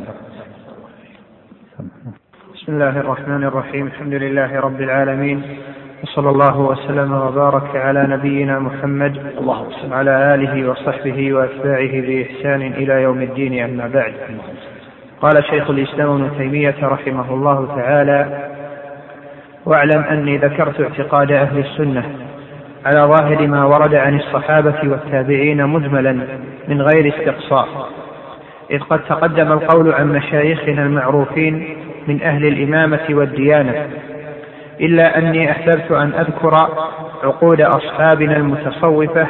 [SPEAKER 3] بسم الله الرحمن الرحيم. الحمد لله رب العالمين، وصلى الله وسلم وبارك على نبينا محمد وعلى آله وصحبه وأتباعه بإحسان إلى يوم الدين، أما بعد. قال شيخ الإسلام ابن تيمية رحمه الله تعالى: واعلم أني ذكرت اعتقاد أهل السنة على ظاهر ما ورد عن الصحابة والتابعين مجملا من غير استقصاء، إذ قد تقدم القول عن مشايخنا المعروفين من أهل الإمامة والديانة، إلا أني أحببت أن أذكر عقود أصحابنا المتصوفة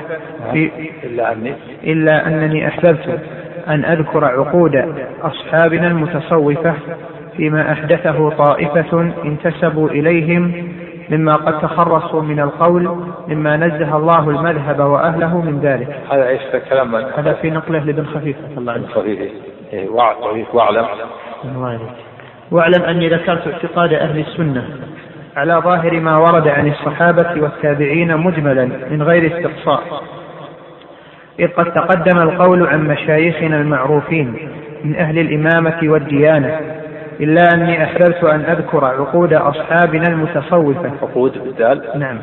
[SPEAKER 3] إلا أنني أحببت أن أذكر عقود أصحابنا المتصوفة فيما أحدثه طائفة انتسبوا إليهم مما قد تخرصوا من القول مما نزه الله المذهب وأهله من ذلك.
[SPEAKER 2] هذا ايش كلام؟
[SPEAKER 3] هذا في نقله لابن خفيف. واعلم أني ذكرت اعتقاد أهل السنة على ظاهر ما ورد عن الصحابة والتابعين مجملا من غير استقصاء، إذ قد تقدم القول عن مشايخنا المعروفين من أهل الإمامة والديانة، إلا أني أحببت أن أذكر عقود أصحابنا المتصوفة.
[SPEAKER 2] عقود بالدال؟
[SPEAKER 3] نعم.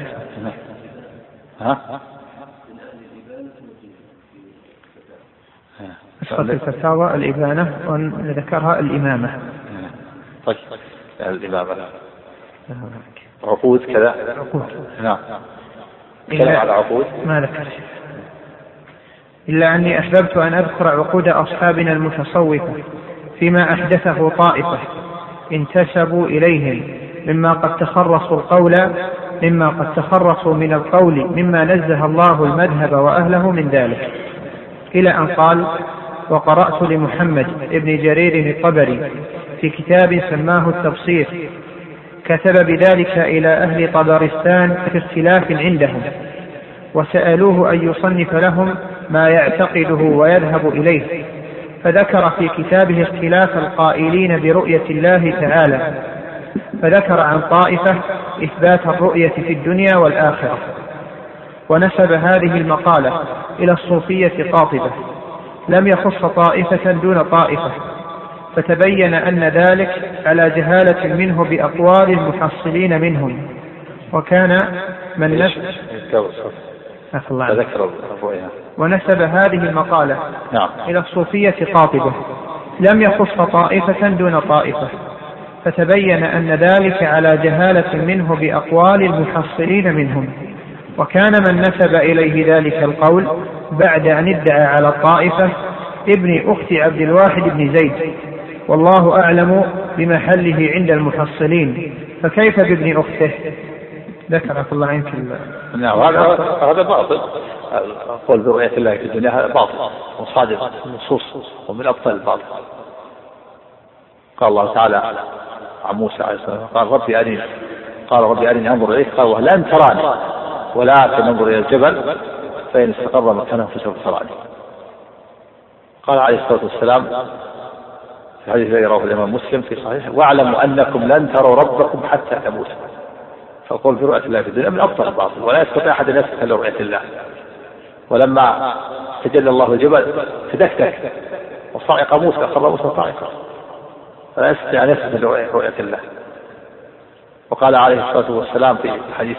[SPEAKER 3] نسخة الفتاوى الإبانة وذكرها الإمامة.
[SPEAKER 2] طيب الإمامة عقود كذا.
[SPEAKER 3] عقود.
[SPEAKER 2] نعم. كلام على عقود
[SPEAKER 3] ما ذكر. إلا أني أحببت أن أذكر عقود أصحابنا المتصوفة فيما أحدثه طائفة انتسبوا إليهم مما قد تخرصوا من القول مما نزه الله المذهب وأهله من ذلك، إلى أن قال: وقرأت لمحمد ابن جرير الطبري في كتاب سماه التبصير كتب بذلك إلى أهل طبرستان في اختلاف عندهم، وسألوه أن يصنف لهم ما يعتقده ويذهب إليه، فذكر في كتابه اختلاف القائلين برؤية الله تعالى، فذكر عن طائفة إثبات الرؤية في الدنيا والآخرة. ونسب هذه المقالة إلى الصوفية قاطبة، لم يخص طائفة دون طائفة، فتبين أن ذلك على جهالة منه بأقوال المحصلين منهم. وكان من ونسب هذه المقالة إلى الصوفية قاطبة، لم يخص طائفة دون طائفة، فتبين أن ذلك على جهالة منه بأقوال المحصلين منهم. وكان من نسب إليه ذلك القول بعد أن ادعى على الطائفة ابن أخت عبد الواحد بن زيد، والله أعلم بمحله عند المحصلين، فكيف بابن أخته؟ ذكر الله عنك.
[SPEAKER 2] هذا باطل، قول برؤية الله في الدنيا هذا باطل وصادق النصوص ومن أبطل الباطل. قال الله تعالى عن موسى عليه السلام قال ربي أرني أنظر إليك، قال لن تراني ولكن انظر إلى الجبل فإن استقر مكانه فسوف تراني. قال عليه الصلاة والسلام في حديث رواه الإمام مسلم في صحيحه: واعلموا أنكم لن تروا ربكم حتى تموتوا. فقول في رؤية الله في الدنيا من أبطل الباطل، ولا يستطيع أحد أن يسكت لرؤية الله. ولما تجلى الله الجبل تدكتك وصعق موسى، خر موسى صاعقا، فلا يستطيع أن يسكت لرؤية الله. وقال عليه الصلاة والسلام في حديث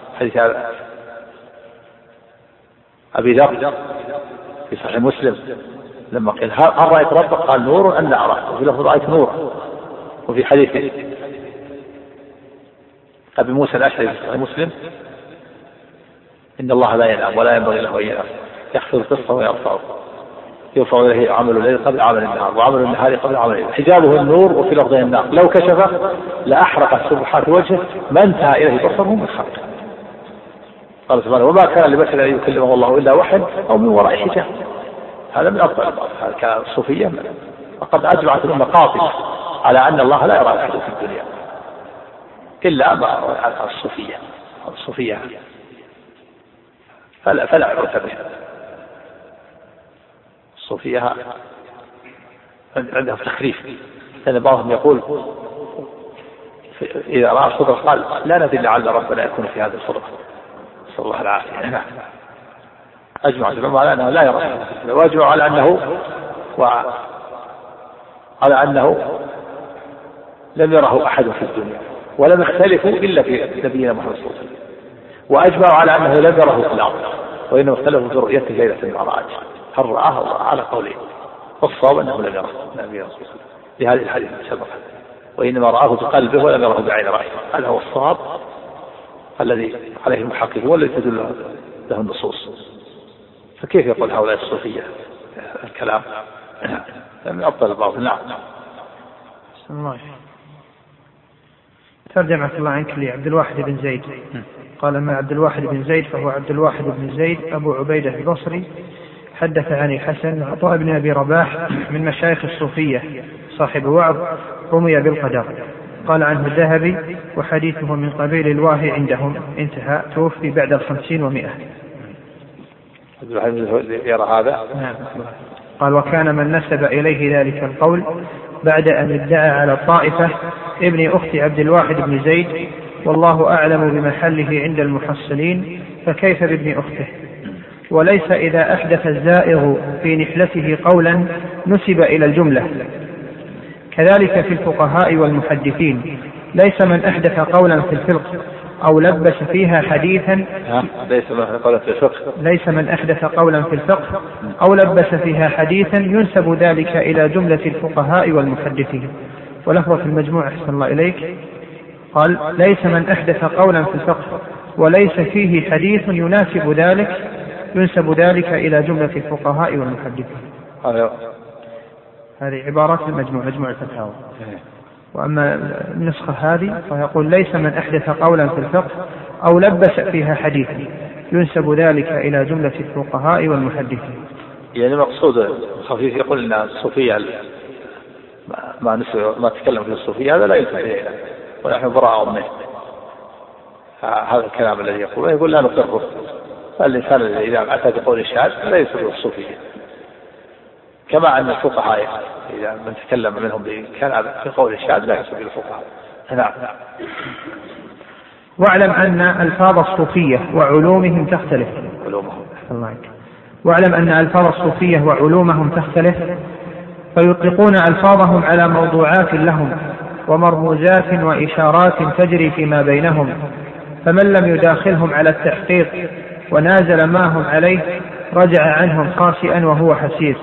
[SPEAKER 2] أبي ذر في صحيح مسلم لما قال: هل رأيت ربك؟ قال: نور أن أراه. وفي لفظ: رأيت نورا. وفي حديث أبي موسى الأشعري في صحيح مسلم: إن الله لا ينام ولا ينبغي له أن ينام، يحفظ القصة ويرفعه، يرفع إليه عمل الليل قبل عمل النهار وعمل النهار قبل عمل الليل، حجابه النور وفي لفظه النار، لو كشفه لأحرق سبحات وجهه ما انتهى إليه بصره من خلقه. قال سبحانه: وما كان لبشر أن يكلمه الله إلا وحي أو من وراء حجاب. هذا من أفضل هذا كلام الصوفية. وقد أجمعت الأمة قاطبة على أن الله لا يرى أحد في الدنيا إلا الصوفية فلا عبرة بها. الصوفية عندها تخريف، لأن بعضهم يقول إذا رأى صدر قال: لا ندري لعل ربنا يكون في هذا الصدر، نسأل الله العافية. أجمع العلماء على أنه لا يرى، وأجمع على أنه لم يره أحد في الدنيا، ولم يختلفوا إلا في نبينا محمد صلى الله عليه وسلم. وأجمعوا على أنه لم يره في الأرض، وإنما اختلفوا في رؤيته ليلة المعراج، هل رآه الله على قولين، والصواب أنه لم يره النبي صلى الله عليه وسلم لهذه الحديث السابقة، وإنما رآه بقلبه ولم يره بعين رأيه. هذا هو الصواب الذي عليه المحقق والذي تدل له النصوص. فكيف يقول هؤلاء الصوفية الكلام من أبطل الباطل؟ نعم.
[SPEAKER 3] ترجمة الله عنك لعبد الواحد بن زيد. قال: ما عبد الواحد بن زيد فهو عبد الواحد بن زيد أبو عبيدة البصري، حدث عن الحسن عطاء بن أبي رباح من مشايخ الصوفية، صاحب وعظ رمي بالقدر. قال عنه الذهبي: وحديثه من قبيل الواهي عندهم، انتهى، توفي بعد 50 و100.
[SPEAKER 2] يرى هذا؟
[SPEAKER 3] قال: وكان من نسب إليه ذلك القول بعد أن ادعى على الطائفة ابن أخت عبد الواحد بن زيد، والله أعلم بمحله عند المحصلين، فكيف بابن أخته؟ وليس إذا أحدث الزائغ في نحلته قولا نسب إلى الجملة، كذلك في الفقهاء والمحدثين. ليس من أحدث قولا في الفقه أو لبس فيها حديثا ليس من أحدث قولا في الفقه أو لبس فيها حديثا ينسب ذلك إلى جملة الفقهاء والمحدثين. ولفظ في المجموع أحسن الله إليك قال: ليس من أحدث قولا في الفقه وليس فيه حديث يناسب ذلك ينسب ذلك إلى جملة الفقهاء والمحدثين. هذه عبارات المجموع، مجموع الفتاوى. وأما النسخة هذه فيقول: ليس من أحدث قولا في الفقه أو لبس فيها حديثا ينسب ذلك إلى جملة الفقهاء والمحدثين.
[SPEAKER 2] يعني مقصود خفيف يقول أن الصوفية ما تكلم في الصوفية هذا لا يلتفت إليه ونحن براء منه. هذا الكلام الذي يقول لا نقره. فالإنسان إذا أتى بقول الشاذ لا يسر الصوفية، كما أن الفقهاء إذا من تكلم منهم بكلام في قول الشاذ لا يسر الفقهاء. نعم.
[SPEAKER 3] واعلم أن ألفاظ الصوفية وعلومهم تختلف. واعلم أن ألفاظ الصوفية وعلومهم تختلف، فيطلقون ألفاظهم على موضوعات لهم ومرموزات وإشارات تجري فيما بينهم، فمن لم يداخلهم على التحقيق ونازل ما هم عليه رجع عنهم خاسئا وهو حسير.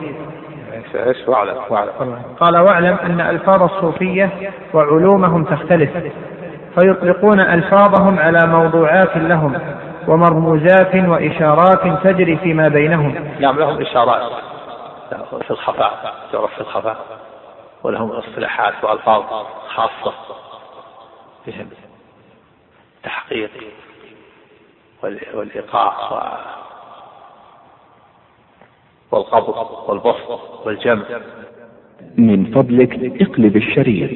[SPEAKER 3] قال واعلم أن ألفاظ الصوفية وعلومهم تختلف، فيطلقون ألفاظهم على موضوعات لهم ومرموزات وإشارات تجري فيما بينهم.
[SPEAKER 2] نعم، لهم إشارات في الخفاء، تعرف في الخفاء، ولهم اصطلاحات وألفاظ خاصة بهم، التحقيق والإيقاع والقبض والبسط والجمع.
[SPEAKER 6] من فضلك اقلب الشريط.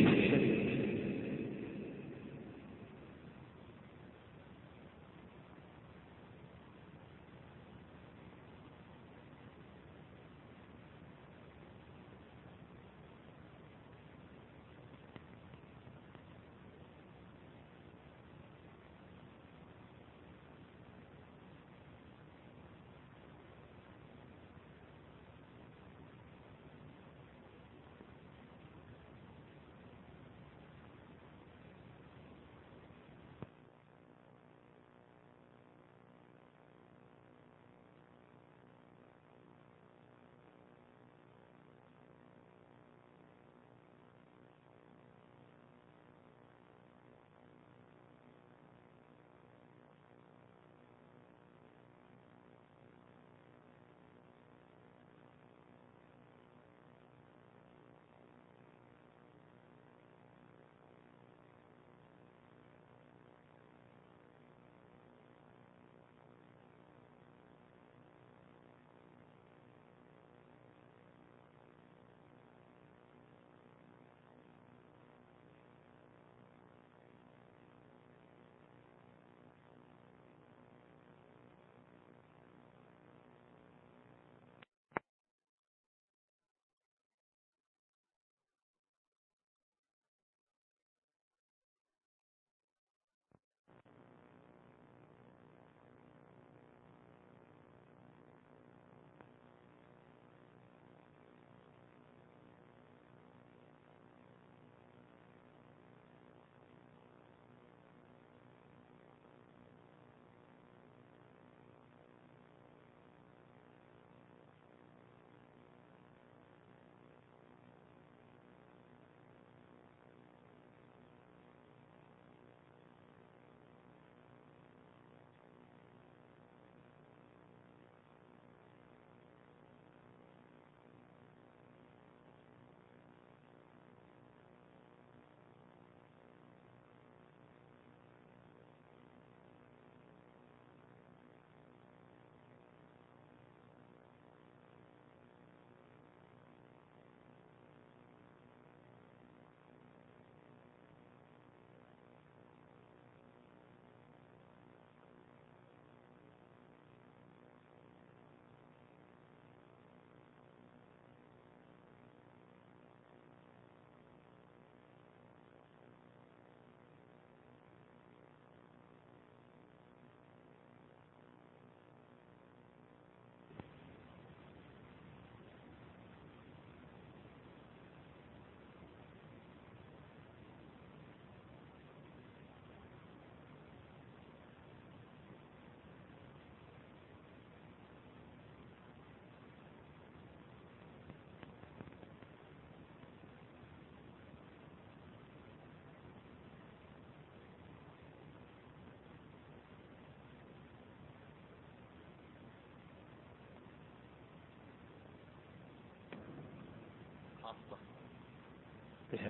[SPEAKER 2] بهم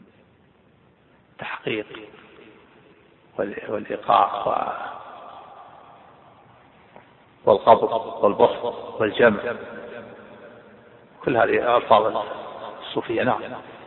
[SPEAKER 2] التحقيق والإيقاع والقبض والبسط والجمع، كل هذه ألفاظ الصوفية. نعم.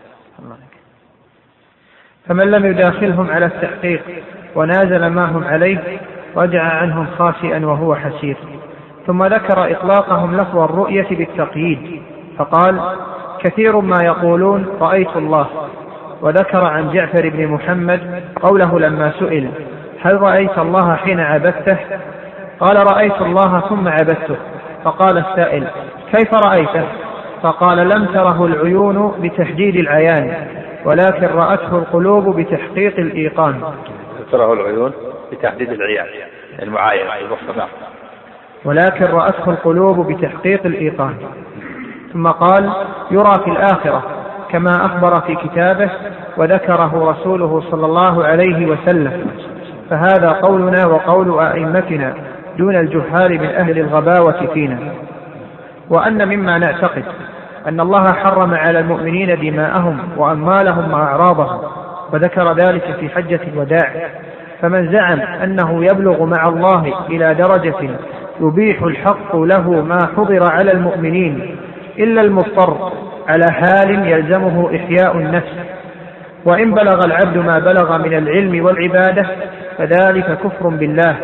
[SPEAKER 3] فمن لم يداخلهم على التحقيق ونازل ما هم عليه رجع عنهم خاسئا وهو حسير. ثم ذكر إطلاقهم لفظ الرؤية بالتقييد فقال: كثير ما يقولون رأيت الله. وذكر عن جعفر بن محمد قوله لما سئل: هل رأيت الله حين عبدته؟ قال رأيت الله ثم عبدته. فقال السائل كيف رأيته؟ فقال لم تره العيون بتحديد العيان ولكن رأته القلوب بتحقيق الإيقان.
[SPEAKER 2] تره العيون بتحديد العيان المعاينة
[SPEAKER 3] ولكن رأته القلوب بتحقيق الإيقان. ثم قال يرى في الآخرة كما أخبر في كتابه وذكره رسوله صلى الله عليه وسلم. فهذا قولنا وقول أئمتنا دون الجهال من أهل الغباوة فينا. وأن مما نعتقد أن الله حرم على المؤمنين دماءهم وأموالهم وأعراضهم، وذكر ذلك في حجة الوداع. فمن زعم أنه يبلغ مع الله إلى درجة يبيح الحق له ما حضر على المؤمنين إلا المضطر على حال يلزمه إحياء النفس، وإن بلغ العبد ما بلغ من العلم والعبادة فذلك كفر بالله.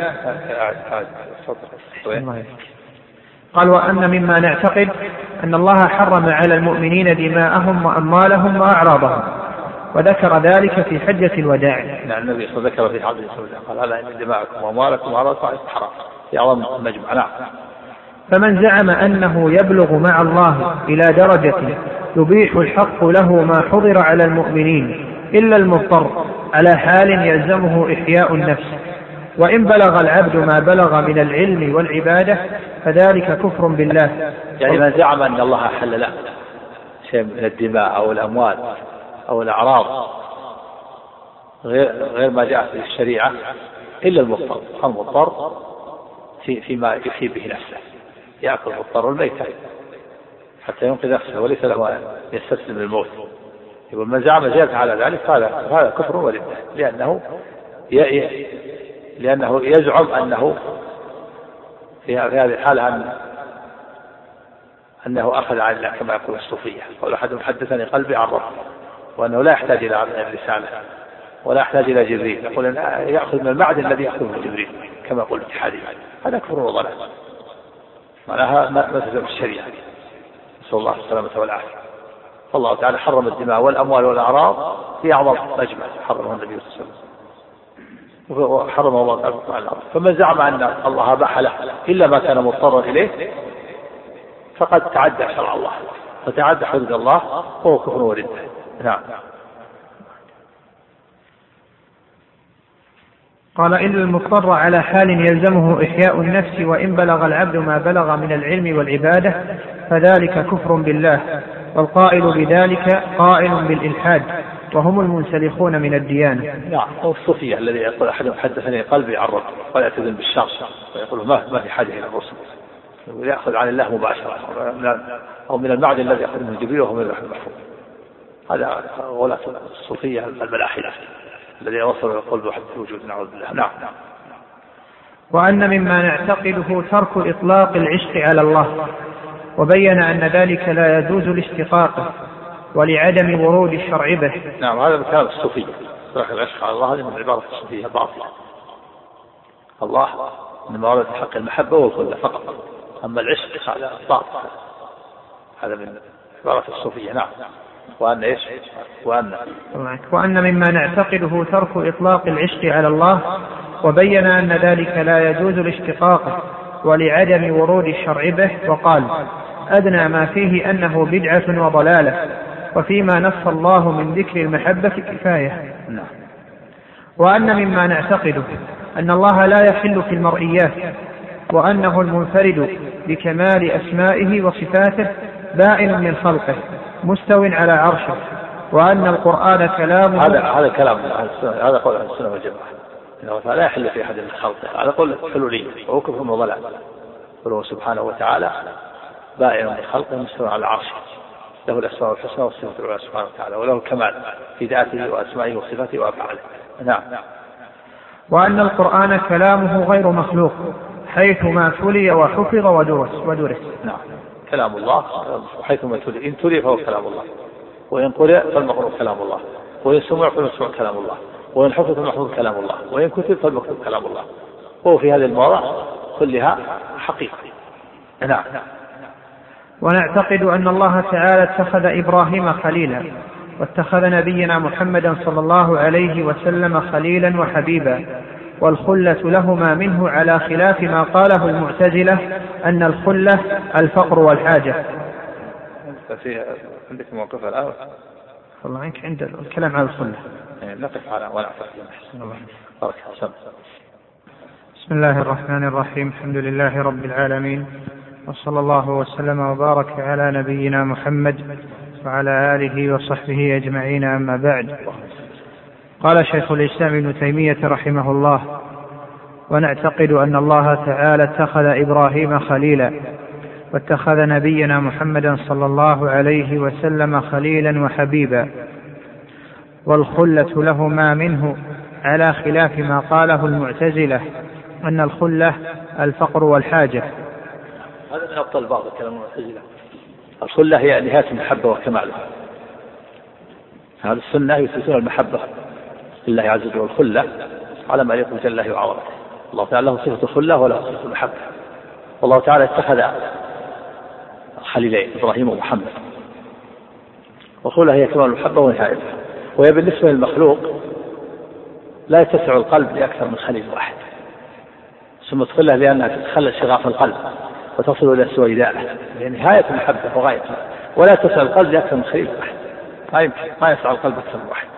[SPEAKER 3] قال وأن مما نعتقد أن الله حرم على المؤمنين دماءهم وأموالهم وأعراضهم، وذكر ذلك في حجة الوداع.
[SPEAKER 2] نعم النبي صلى الله عليه وسلم ذكر في حجة الوداع قال هذا إن دماءكم وأموالكم وأعراضكم حرام في أعظم المجمع. نعم.
[SPEAKER 3] فمن زعم أنه يبلغ مع الله إلى درجة يبيح الحق له ما حضر على المؤمنين إلا المضطر على حال يلزمه إحياء النفس، وإن بلغ العبد ما بلغ من العلم والعبادة فذلك كفر بالله.
[SPEAKER 2] يعني من زعم أن الله حل له شيء من الدماء أو الأموال أو الأعراض غير ما جاء في الشريعة إلا المضطر. المضطر فيما يحيي به نفسه، يأكل المضطر الميتة حتى ينقذ نفسه وليس له أن يستسلم للموت. يقول من زعم زيادة على ذلك هذا كفر وردة، لأنه يزعم أنه في هذه الحالة أنه أخذ عن الله كما يقول الصوفية. يقول أحد حدثني قلبي عن ربي، وأنه لا يحتاج إلى الرسالة ولا يحتاج إلى جبريل، يقول أن يأخذ من المعدن الذي يأخذ من جبريل كما يقول الاتحادي. هذا كفر وضلال معناها ما تلزم الشريعة، نسأل الله السلامة والعافية. فالله تعالى حرم الدماء والأموال والأعراض في أعظم مجمع حرمه النبي صلى الله عليه وسلم وحرمه الله تعالى على الأرض. فمن زعم أن الله أباح له إلا ما كان مضطرا إليه فقد تعدى شرع الله وتعدى حدود الله وهو كفر وردة. نعم.
[SPEAKER 3] قال إلا المضطر على حال يلزمه إحياء النفس، وإن بلغ العبد ما بلغ من العلم والعبادة فذلك كفر بالله، والقائل بذلك قائل بالإلحاد وهم المنسلخون من الديانة.
[SPEAKER 2] نعم. والصوفية الذي يقول أحدهم حدثني قلبي عن ربي ويعتذر بالشر ويقول ما في حاجة إلى الرسل، يأخذ عن الله مباشرة أو من المعدن الذي يأخذ من جبريل وهو من اللوح المحفوظ. هذا غلاة الصوفية الملاحدة الذي وصل إلى القلب وحد الوجود. نعوذ بالله. نعم.
[SPEAKER 3] وأن مما نعتقده ترك إطلاق العشق على الله، وبين أن ذلك لا يجوز لاشتقاقه ولعدم ورود الشرع به.
[SPEAKER 2] نعم. هذا من كلام الصوفية. ترك العشق على الله هذه من عبارة الصوفية باطلة. الله إنما ورد حق المحبة والخلة فقط، أما العشق هذا باطل، هذا من عبارة الصوفية. نعم.
[SPEAKER 3] وأن مما نعتقده ترك إطلاق العشق على الله، وبين أن ذلك لا يجوز لاشتقاقه ولعدم ورود الشرع به. وقال أدنى ما فيه أنه بدعة وضلالة، وفيما نص الله من ذكر المحبة كفاية. وأن مما نعتقده أن الله لا يحل في المرئيات، وأنه المنفرد بكمال أسمائه وصفاته بائن من خلقه مستو على عرشه، وأن القرآن كلامه.
[SPEAKER 2] هذا كلام هذا قول أهل السنة والجماعة إنه لا يحل في أحد من خلقه. هذا قول حلولي وهو كفر وضلال. قوله سبحانه وتعالى بائن من خلقه مستو على عرشه له الأسماء الحسنى والصفات العلى سبحانه وتعالى، وله الكمال في ذاته وأسمائه وصفاته وأفعاله. نعم.
[SPEAKER 3] وأن القرآن كلامه غير مخلوق حيث ما تلي وحفظ ودرس.
[SPEAKER 2] نعم. كلام الله حيث ما تلي، إن تلي فهو كلام الله، وإن قرئ فالمقروء كلام الله، وإن سمع فالمسموع كلام الله، وإن حفظ فالمحفوظ كلام الله، وإن كتب فالمكتوب كلام الله. وهو في هذه المواضع كلها حقيقة. نعم.
[SPEAKER 3] ونعتقد أن الله تعالى اتخذ إبراهيم خليلا، واتخذ نبينا محمدا صلى الله عليه وسلم خليلا وحبيبا، والخلة لهما منه على خلاف ما قاله المعتزلة أن الخلة الفقر والحاجة.
[SPEAKER 2] عندك موقف الآن
[SPEAKER 3] والله عنك عند الكلام عن الخلة
[SPEAKER 2] نقف على ولا
[SPEAKER 3] بسم الله الرحمن الرحيم. الحمد لله رب العالمين، وصلى الله وسلم وبارك على نبينا محمد وعلى آله وصحبه أجمعين، أما بعد. قال شيخ الإسلام ابن تيمية رحمه الله: ونعتقد أن الله تعالى اتخذ إبراهيم خليلا، واتخذ نبينا محمدا صلى الله عليه وسلم خليلا وحبيبا، والخلة لهما منه على خلاف ما قاله المعتزلة أن الخلة الفقر والحاجة.
[SPEAKER 2] هذا من أبطل بعض كلام المعتزلة. الخلة هي نهاية المحبة وكمالها. هذه السنة يثبتون المحبة لله عز وجل، والخلة على ما يقول جل الله وعظمته. الله تعالى له صفة الخلة وله صفة المحبة، والله تعالى اتخذ خليلين إبراهيم ومحمد، والخلة هي كمال المحبة ونهايتها. وهي بالنسبة للمخلوق لا يتسع القلب لأكثر من خليل واحد، سمت خلة لأنها تتخلى شغاف القلب وتصل إلى سويداءه، يعني نهاية المحبة وغايتها، ولا يتسع القلب لأكثر من خليل واحد. ما يسع القلب أكثر من واحد،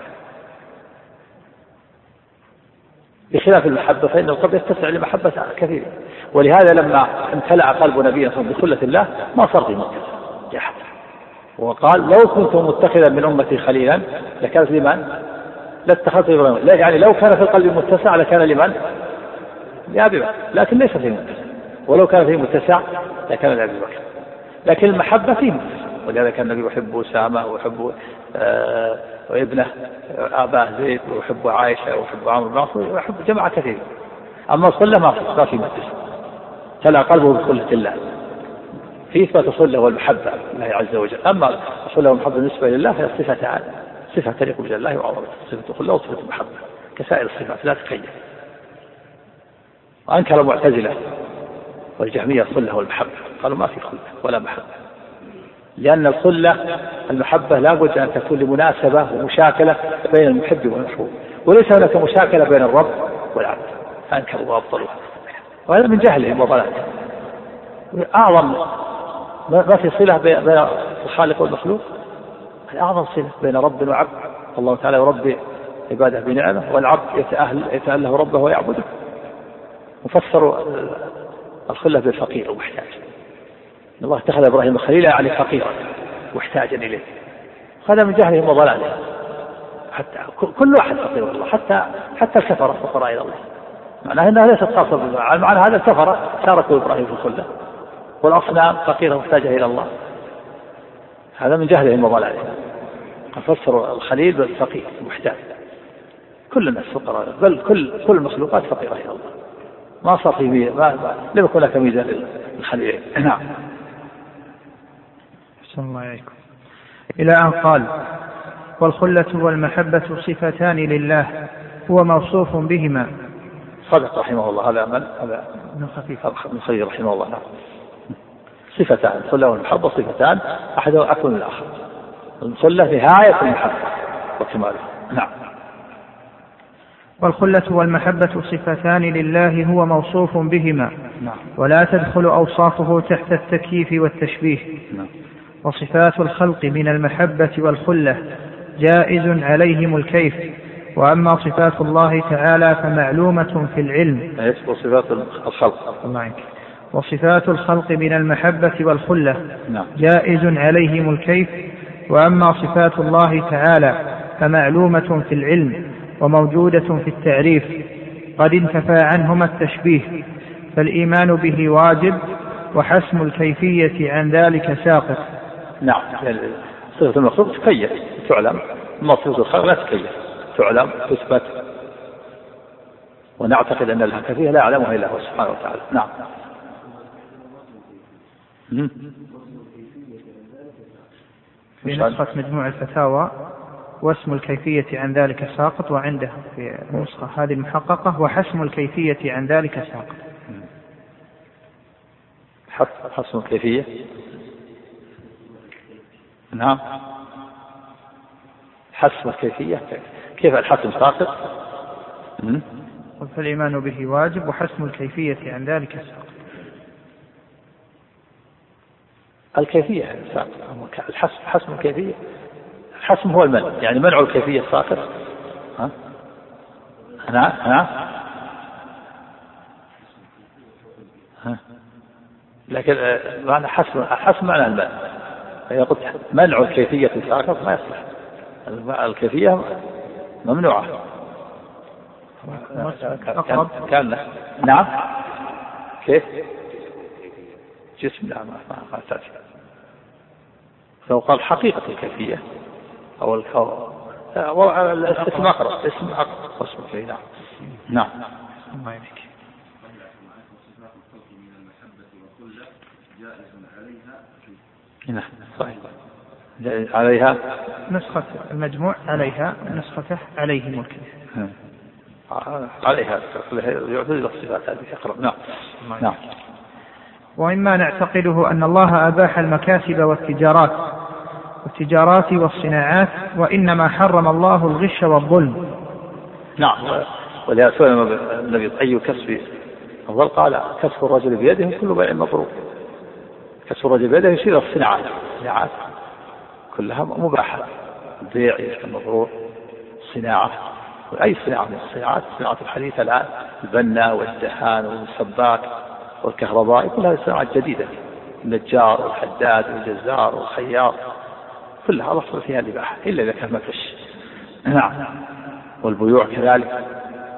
[SPEAKER 2] بخلاف المحبة فإن القلب يتسع لمحبة كثيرة. ولهذا لما امتلأ قلب نبينا بخلة الله ما صار في متسع أحد، وقال: لو كنت متخذا من أمتي خليلا لكانت لمن؟ لاتخذت إبراهيم. لا يعني لو كان في القلب متسع لكان لمن؟ لأبي بكر، لكن ليس فيه متسع. ولو كان فيه متسع لكان لأبي بكر، لكن المحبة فيه متسع. ولهذا كان النبي يحب أسامة ويحب وابنه أباه زيد ويحب عائشة ويحب عمرو بن العاص ويحب جماعة كثيرة. أما الخلة ما في متسع، تلا قلبه بخلة الله، في إثبات الخلة والمحبة لله عز وجل. أما الخلة والمحبة بالنسبة لله هي صفة تليق بجلال الله وعظمته، صفة الخلة وصفة المحبة كسائر الصفات لا تقيد. وأنكر المعتزلة والجهمية الخلة والمحبة، قالوا ما في خلة ولا محبة، لأن الخلة المحبة لا بد أن تكون لمناسبة ومشاكلة بين المحب والمحبوب، وليس هناك مشاكلة بين الرب والعبد، فأنكروا وأبطلوا، وهذا من جهلهم وضلالهم. أعظم ما في صلة بين الخالق والمخلوق، أعظم صلة بين رب وعبد. الله تعالى يربي عباده بنعمة، والعبد يتأله ربه ويعبده. وفسروا الخلة بالفقير ومحتاج. الله اتخذ إبراهيم خليلا يعني فقيرا محتاجا إليه، هذا من جهلهم وضلالهم. حتى كل واحد فقير والله، حتى الكفرة فقراء إلى الله، معناها أنها ليست خاصة بالله. معنى هذا الكفرة شاركوا إبراهيم في الخلة، والأصنام فقيرة محتاجة إلى الله، هذا من جهلهم وضلالهم. فسروا الخليل بالفقير محتاج. كل الناس فقراء، بل كل المخلوقات فقيرة إلى الله، ما صار في لم يكن لك ميزان للخليل. نعم.
[SPEAKER 3] أحسن الله عليكم. إلى أن قال: والخلة والمحبة صفتان لله هو موصوف بهما.
[SPEAKER 2] صدق رحمه الله. هذا من خفيف رحمه الله. نعم. صفتان، الخلة والمحبة صفتان، أحدهما أكمل من الآخر. الخلة نهاية المحبة وكمالها. نعم.
[SPEAKER 3] والخلة والمحبة صفتان لله هو موصوف بهما، ولا تدخل أوصافه تحت التكييف والتشبيه. وصفات الخلق من المحبة والخلة جائز عليهم الكيف، وأما صفات الله تعالى فمعلومة في العلم.
[SPEAKER 2] وصفات الخلق
[SPEAKER 3] وصفات الخلق من المحبة والخلة جائز عليهم الكيف، وأما صفات الله تعالى فمعلومة في العلم وموجودة في التعريف، قد انتفى عنهما التشبيه، فالإيمان به واجب، وحسم الكيفية عن ذلك ساقط.
[SPEAKER 2] نعم. صفة المخلوق تكيف تعلم، أما صفة الخلق لا تكيف تعلم تثبت، ونعتقد أن لها كيفية لا يعلمها إلا هو سبحانه وتعالى. نعم.
[SPEAKER 3] في نسخة مجموع الفتاوى واسم الكيفية عن ذلك ساقط، وعنده في النسخة هذه المحققة وحسم الكيفية عن ذلك ساقط.
[SPEAKER 2] حسم الكيفية. نعم. حسم الكيفية كيف الحسم ساقط؟
[SPEAKER 3] فالإيمان به واجب، وحسم الكيفية عن ذلك ساقط.
[SPEAKER 2] الكيفية ساقط، حسم الكيفية، الحسم هو المنع، يعني منع الكيفية ساقط. لكن معنى حسم معنى المنع، فإذا قلت منع الكيفية ساقط ما يصلح، الكيفية ممنوعة. كان نعم كيف جسم، لا ما تأتي. لو قال حقيقة الكيفية أو الاسم أقرب، اسم أقرب اسم الكيفية. نعم نعم.
[SPEAKER 3] الله يبارك.
[SPEAKER 2] نعم صحيح. عليها
[SPEAKER 3] نسخة المجموع عليها، نسخته عليهم الكيف.
[SPEAKER 2] عليها يعتد إلى الصفات هذه أقرب. نعم نعم.
[SPEAKER 3] وإما نعتقده أن الله أباح المكاسب والتجارات والصناعات، وإنما حرم الله الغش والظلم.
[SPEAKER 2] نعم. ولهذا سئل النبي أي كسب أفضل؟ قال كسب الرجل بيده كل بيع مبرور. كسب الرجل بيده يشير الصناعات كلها مباحة، البيع مبرور، صناعة، وأي صناعة من الصناعات، الصناعات الحديثة الآن البناء والدهان والسباك والكهرباء، كل هذه صناعات جديدة، النجار والحداد والجزار والخياط، كلها الأصل فيها الإباحة إلا إذا كان مفش. نعم. والبيوع كذلك.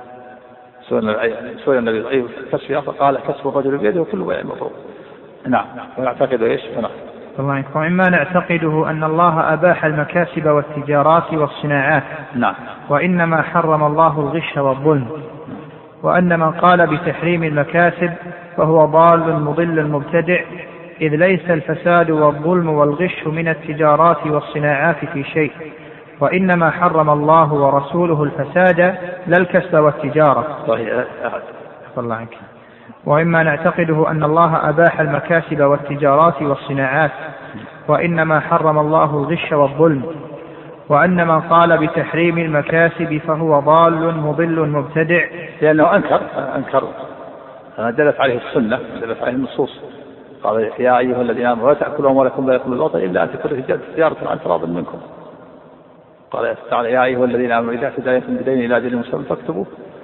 [SPEAKER 2] سئل النبي أي كسب أفضل؟ قال كسب الرجل بيده وكل بيع مبرور. نعم. ونعتقد إيش؟
[SPEAKER 3] وإما نعتقده أن الله أباح المكاسب والتجارات والصناعات.
[SPEAKER 2] نعم.
[SPEAKER 3] وإنما حرم الله الغش والظلم، وأن من قال بتحريم المكاسب فهو ضال مضل مبتدع، إذ ليس الفساد والظلم والغش من التجارات والصناعات في شيء، وإنما حرم الله ورسوله الفساد لا الكسب والتجارة. الله عنك. وإما نعتقده أن الله أباح المكاسب والتجارات والصناعات، وإنما حرم الله الغش والظلم، وأن من قال بتحريم المكاسب فهو ضال مضل مبتدع،
[SPEAKER 2] لأنه أنكر دلت عليه السنة، دلت عليه النصوص. قال يا أيها الذين آمنوا لا تأكلوا أموالكم بينكم بالباطل إلا أن تكون تجارة عن تراض منكم. قال تعالى يا أيها الذين آمنوا إذا تداينتم بدين إلى أجل مسمى فاكتبوه.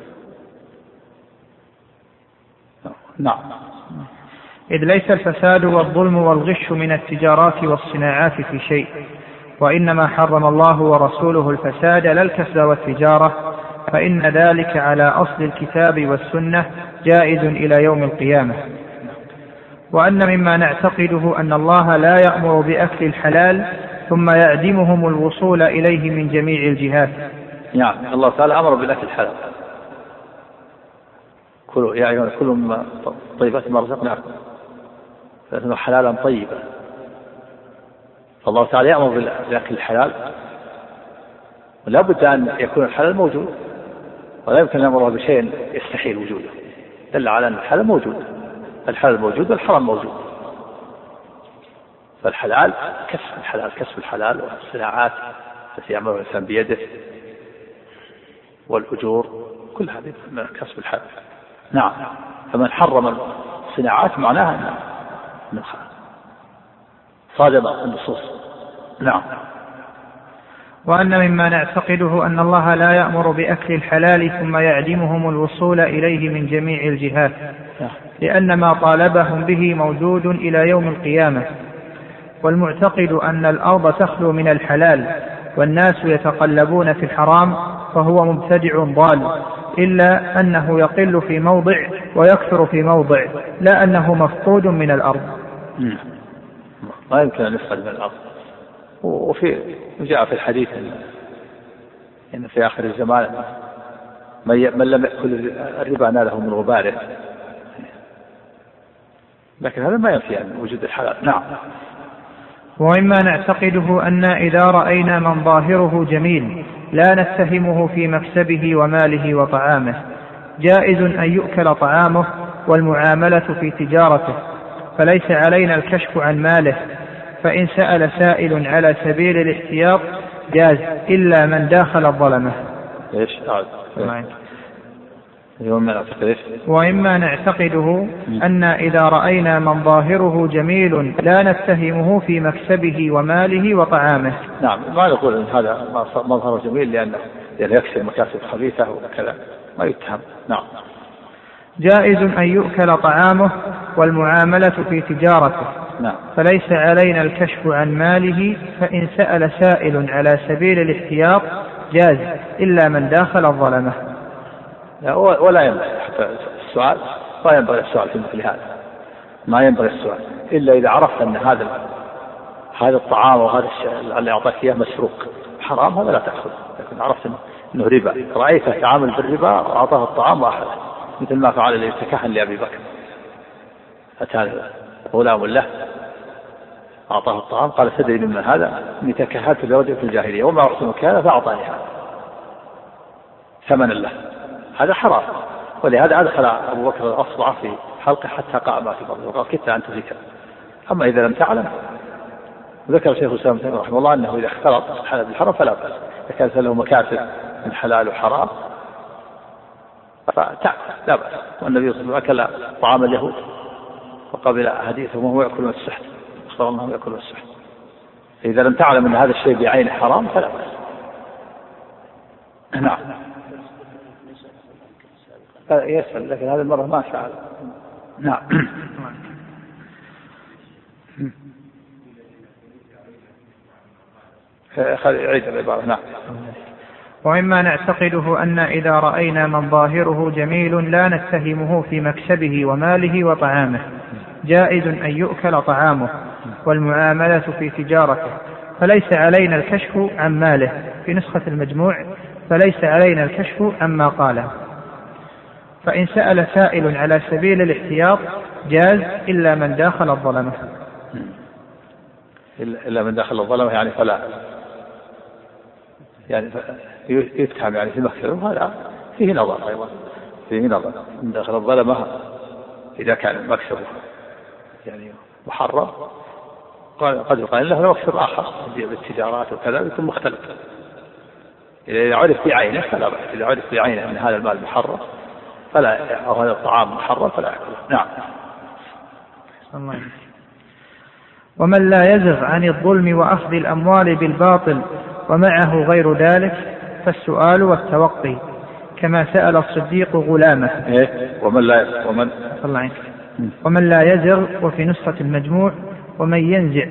[SPEAKER 2] نعم.
[SPEAKER 3] إذ ليس الفساد والظلم والغش من التجارات والصناعات في شيء، وإنما حرم الله ورسوله الفساد لا الكسب والتجارة، فإن ذلك على أصل الكتاب والسنة جائز إلى يوم القيامة. وأن مما نعتقده أن الله لا يأمر بأكل الحلال ثم يعدمهم الوصول إليه من جميع الجهات.
[SPEAKER 2] يعني الله تعالى أمر بالأكل الحلال، كلوا يا أيها كلوا مما طيبات ما رزقناكم، فإنه حلالا طيبا. فالله تعالى يأمر بالأكل الحلال، ولا بد أن يكون الحلال موجود، ولا يمكن أن يأمره بشيء يستحيل وجوده، دل على أن الحلال موجود، الحلال موجود والحرام موجود. فالحلال كسب الحلال والصناعات التي يعملها الإنسان بيده والأجور، كل هذه من كسب الحلال. نعم. فمن حرم الصناعات معناها أنه صادم النصوص. نعم.
[SPEAKER 3] وأن مما نعتقده أن الله لا يأمر بأكل الحلال ثم يعدمهم الوصول إليه من جميع الجهات، لأن ما طالبهم به موجود إلى يوم القيامة. والمعتقد أن الأرض تخلو من الحلال والناس يتقلبون في الحرام فهو مبتدع ضال، إلا أنه يقل في موضع ويكثر في موضع، لا أنه مفقود من الأرض.
[SPEAKER 2] ما يمكن أن يفقد من الأرض. وفي جاء في الحديث إن في آخر الزمان من لم يأكل الربا ناله من غباره، لكن هذا ما ينفي عن وجود الحلال. نعم.
[SPEAKER 3] ومما نعتقده أن إذا رأينا من ظاهره جميل لا نتهمه في مكسبه وماله وطعامه، جائز أن يؤكل طعامه والمعاملة في تجارته، فليس علينا الكشف عن ماله، فإن سأل سائل على سبيل الاحتياط جاز، إلا من داخل الظلمة. وإما نعتقده أن إذا رأينا من ظاهره جميل لا نتهمه في مكسبه وماله وطعامه.
[SPEAKER 2] نعم، ما نقول أن هذا مظهر جميل لأنه يكسب مكاسب خبيثة وكذا، ما يتهم. نعم.
[SPEAKER 3] جائز أن يؤكل طعامه والمعاملة في تجارته.
[SPEAKER 2] نعم.
[SPEAKER 3] فليس علينا الكشف عن ماله، فإن سأل سائل على سبيل الاحتياط جاز إلا من داخل الظلمة.
[SPEAKER 2] ولا ينبغي حتى السؤال، لا ينبغي السؤال في مثل هذا، ما ينبغي السؤال إلا إذا عرفت أن هذا الطعام وهذا الشيء اللي أعطاك إياه مسروق حرام، هذا لا تأخذ. لكن عرفت أنه ربا، رأيته تعامل بالربا وأعطاه الطعام وأخذه، مثل ما فعل اللي تكهن لأبي بكر. أتى غلام له أعطاه الطعام قال تدري ممن هذا؟ إني تكهنت لرجل في الجاهلية وما أحسنك هذا فأعطاني هذا ثمنا له. هذا حرام، ولهذا أدخل أبو بكر الأصبع في حلقه حتى قام في بطنه وقال كدت أن تذكر. أما إذا لم تعلم، ذكر شيخ الإسلام رحمه الله أنه إذا اختلط الحلال بالحرام فلا بأس، إذا كانت له مكاسب من حلال وحرام فتأكل لا بأس. والنبي صلى الله عليه وسلم أكل طعام اليهود وقبل حديثهم وهو يأكل من السحت، أخبر أنه يأكل من السحت. إذا لم تعلم أن هذا الشيء بعين حرام فلا بأس. نعم. يسأل لكن هذه المرة ما فعل. نعم. عيد العبارة. نعم.
[SPEAKER 3] وإما نعتقده أن إذا رأينا من ظاهره جميل لا نتهمه في مكسبه وماله وطعامه، جائز أن يؤكل طعامه والمعاملة في تجارته، فليس علينا الكشف عن ماله. في نسخة المجموع فليس علينا الكشف عما قاله. فإن سأل سائل على سبيل الاحتياط جاز إلا من داخل الظلمة.
[SPEAKER 2] إلا من داخل الظلمة يعني فلا، يعني يتهم يعني في مكسبه، هذا فيه نظر أيضا، فيه نظر. من داخل الظلمة إذا كان مكسبه يعني محرم قد يقال له مكسب آخر بالتجارات وكذا يكون مختلف. إذا عرف بعينه فلا بأس، إذا عرف بعينه من هذا المال محرم فلا، أو هذا الطعام محرم فلا يأكله. نعم.
[SPEAKER 3] ومن لا يزغ عن الظلم وأخذ الأموال بالباطل ومعه غير ذلك فالسؤال والتوقي كما سأل الصديق غلامه. ومن لا يزغ، وفي نسخة المجموع ومن ينزع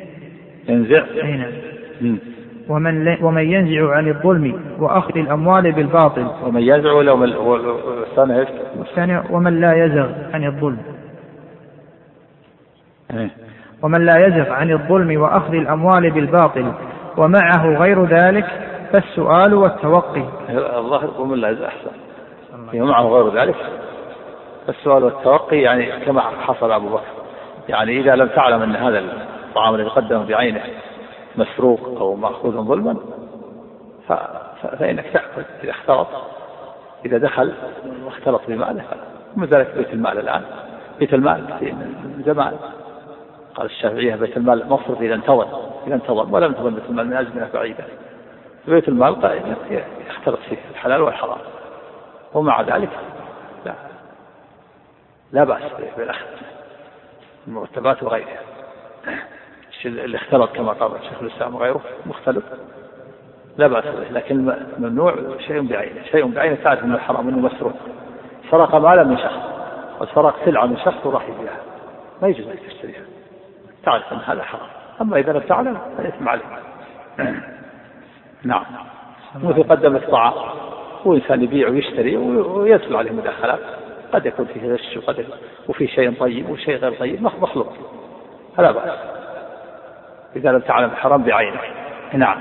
[SPEAKER 3] ومن ينزع عن الظلم وأخذ الأموال بالباطل.
[SPEAKER 2] ومن ينزع
[SPEAKER 3] ومن لا يزغ عن الظلم ومن لا يزغ عن الظلم وأخذ الأموال بالباطل ومعه غير ذلك فالسؤال والتوقي.
[SPEAKER 2] الظاهر ومن لا يزغ أحسن، ومعه غير ذلك فالسؤال والتوقي، يعني كما حصل أبو بكر. يعني إذا لم تعلم أن هذا الطعام الذي قدمه بعينه مسروق أو مأخوذ ظلما فإنك تأكل. إذا اختلط، إذا دخل واختلط بماله، ومن ذلك بيت المال. الآن بيت المال في زمان قال الشافعية بيت المال مصرف إذا انتظر ولم ينتظر بيت المال من أزمنة بعيدة. بيت المال يختلط فيه الحلال والحرام، ومع ذلك لا بأس بالأخذ المرتبات وغيرها. اللي اختلط كما قال الشيخ الإسلام وغيره مختلط لا بأس به، لكن ممنوع شيء بعينه تعرف أنه حرام، أنه مسروق. سرق مالا من شخص وسرق سلعة من شخص وراح يبيعها، ما يجوز أن تشتريها، تعرف أن هذا حرام. أما إذا لم تعلم فإثم عليه. نعم. مثل قدم الطعام وإنسان يبيع ويشتري ويدخل عليه مداخلات، قد يكون فيه غش وفيه شيء طيب وشيء غير طيب مخلوط، هذا بأس إذا لم تعلم الحرام بعينه. نعم.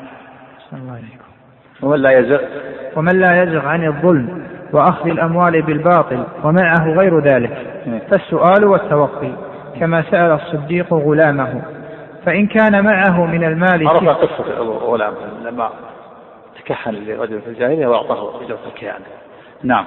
[SPEAKER 3] ومن لا يزغ عن الظلم وأخذ الأموال بالباطل ومعه غير ذلك فالسؤال والتوقي كما سأل الصديق غلامه. فإن كان معه من المال
[SPEAKER 2] عرف قصة غلام لما تكهن لرجل في الجاهلية وأعطاه إجرة الكهانة. نعم.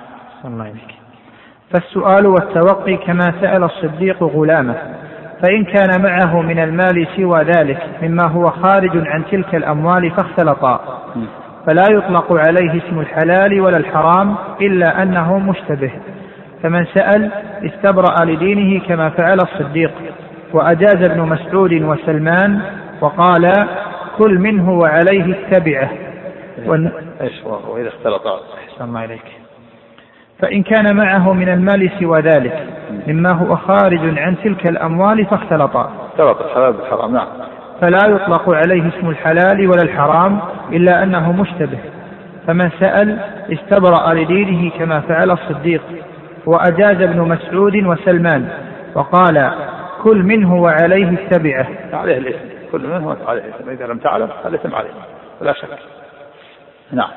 [SPEAKER 3] فالسؤال والتوقي كما سأل الصديق غلامه. فإن كان معه من المال سوى ذلك مما هو خارج عن تلك الأموال فاختلطا فلا يطلق عليه اسم الحلال ولا الحرام إلا أنه مشتبه. فمن سأل استبرأ لدينه كما فعل الصديق. وأجاز ابن مسعود وسلمان وقال كل منه وعليه اتبعه.
[SPEAKER 2] وإذا اختلط
[SPEAKER 3] أحسن الله إليك. فإن كان معه من المال سوى ذلك مما هو خارج عن تلك الأموال فاختلطا
[SPEAKER 2] اختلط الحلال بالحرام. نعم.
[SPEAKER 3] فلا يطلق عليه اسم الحلال ولا الحرام إلا أنه مشتبه. فمن سأل استبرأ لدينه كما فعل الصديق. وأجاز ابن مسعود وسلمان وقال كل منه وعليه اتبعه.
[SPEAKER 2] عليه الإثم، كل منه عليه الإثم، إذا لم تعلم الإثم عليه ولا شك. نعم.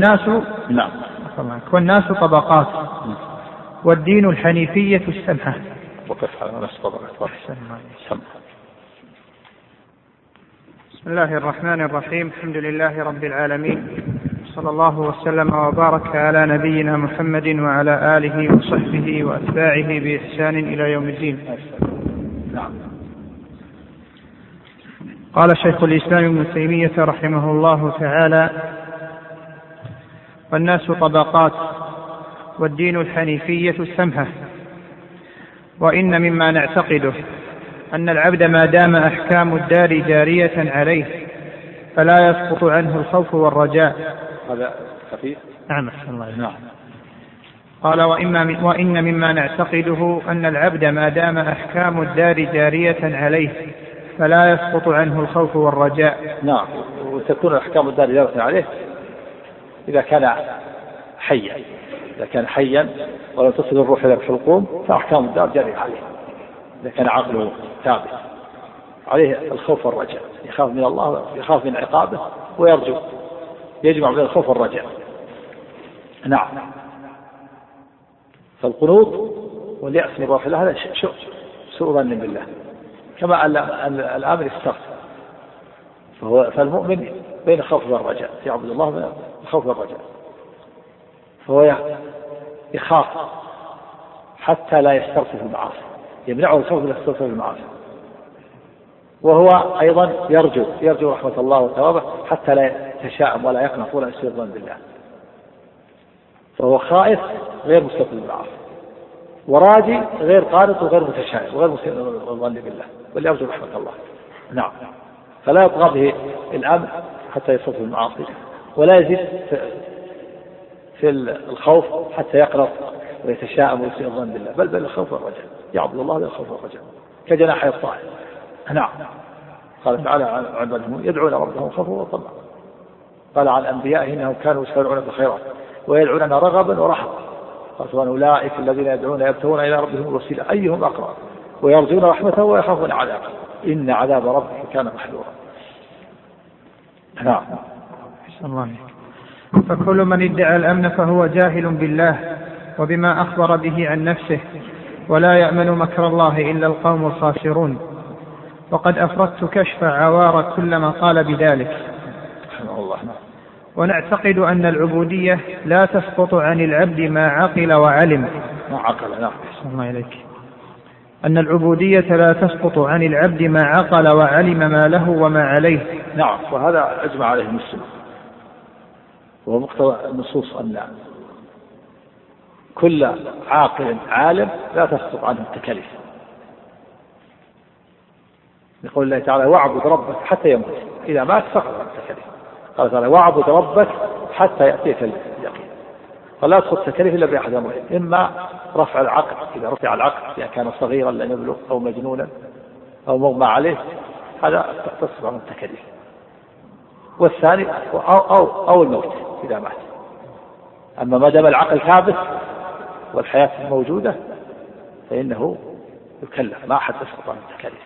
[SPEAKER 3] والناس طبقات، والدين الحنيفية السمحة.
[SPEAKER 2] وقف على الناس طبقات.
[SPEAKER 3] بسم الله الرحمن الرحيم. الحمد لله رب العالمين، صلى الله وسلم وبارك على نبينا محمد وعلى آله وصحبه وأتباعه بإحسان إلى يوم الدين. قال شيخ الإسلام ابن تيمية رحمه الله تعالى: والناس طبقات، والدين الحنيفية السمحة. وإن مما نعتقده أن العبد ما دام أحكام الدار جارية عليه فلا يسقط عنه الخوف والرجاء.
[SPEAKER 2] هذا خفيف.
[SPEAKER 3] نعم. قال: وإن مما نعتقده أن العبد ما دام أحكام الدار جارية عليه فلا يسقط عنه الخوف والرجاء.
[SPEAKER 2] نعم. وتكون أحكام الدار جارية عليه إذا كان حيا ولم تصل الروح إلى الحلقوم فأحكام الدار جارية عليه. إذا كان عقله ثابت عليه الخوف والرجاء، يخاف من الله، يخاف من عقابه ويرجو، يجمع بين الخوف والرجاء. نعم. فالقنوط واليأس من روح الله هذا سوء ظن بالله، كما أن الآمر يستغفر. فالمؤمن بين الخوف والرجاء، يعبد الله بين الخوف والرجاء، فهو يخاف حتى لا يسترسل في المعاصي، يمنعه الخوف من الاسترسال في المعاصي. وهو أيضا يرجو رحمة الله وثوابه حتى لا يتشائم ولا يقنط ولا يسيء الظن بالله. فهو خائف غير مستقل بالمعاصي، وراجي غير قانط وغير متشائم وغير مسيء الظن بالله، بل يرجو رحمة الله. نعم. فلا يطغى به الأمر حتى يصل في المعاصي، ولا يزيد في الخوف حتى يقنط ويتشائم ويسيء الظن بالله، بل الخوف والرجاء، يعبد الله بالخوف والرجاء كجناحي الطائر. نعم. قال تعالى عن عبادهم يدعون ربهم خوفا وطمعا. قال عن أنبيائه إنهم كانوا يسارعون في الخيرات ويدعوننا رغبا ورهبا. قال أولئك الذين يدعون يبتغون إلى ربهم الوسيلة أيهم أقرب ويرجون رحمته ويخافون عذابه إن عذاب ربك كان محذورا. نعم.
[SPEAKER 3] فكل من ادعى الأمن فهو جاهل بالله وبما أخبر به عن نفسه، ولا يأمن مكر الله إلا القوم الخاسرون. وقد أفردت كشف عوار كل من قال بذلك. ونعتقد أن العبودية لا تسقط عن العبد ما عقل وعلم. أن العبودية لا تسقط عن العبد ما عقل وعلم ما له وما عليه.
[SPEAKER 2] نعم. وهذا أجمع عليه المسلم، ومقتضى النصوص أن كل عاقل عالم لا تسقط عنه التكاليف، يقول الله تعالى: واعبد ربك حتى يموت، إذا مات سقط عنه التكاليف. قال تعالى: واعبد ربك حتى يأتيك اليقين. فلا تسقط التكاليف إلا بأحد أمرين: إما رفع العقل، إذا رفع العقل إذا كان صغيرا لم يبلغ أو مجنونا أو مغمى عليه، هذا تسقط عنه التكاليف. والثاني أو الموت إذا مات. أما ما دام العقل ثابت والحياة موجودة فإنه يكلف، ما أحد تسقط عنه التكاليف.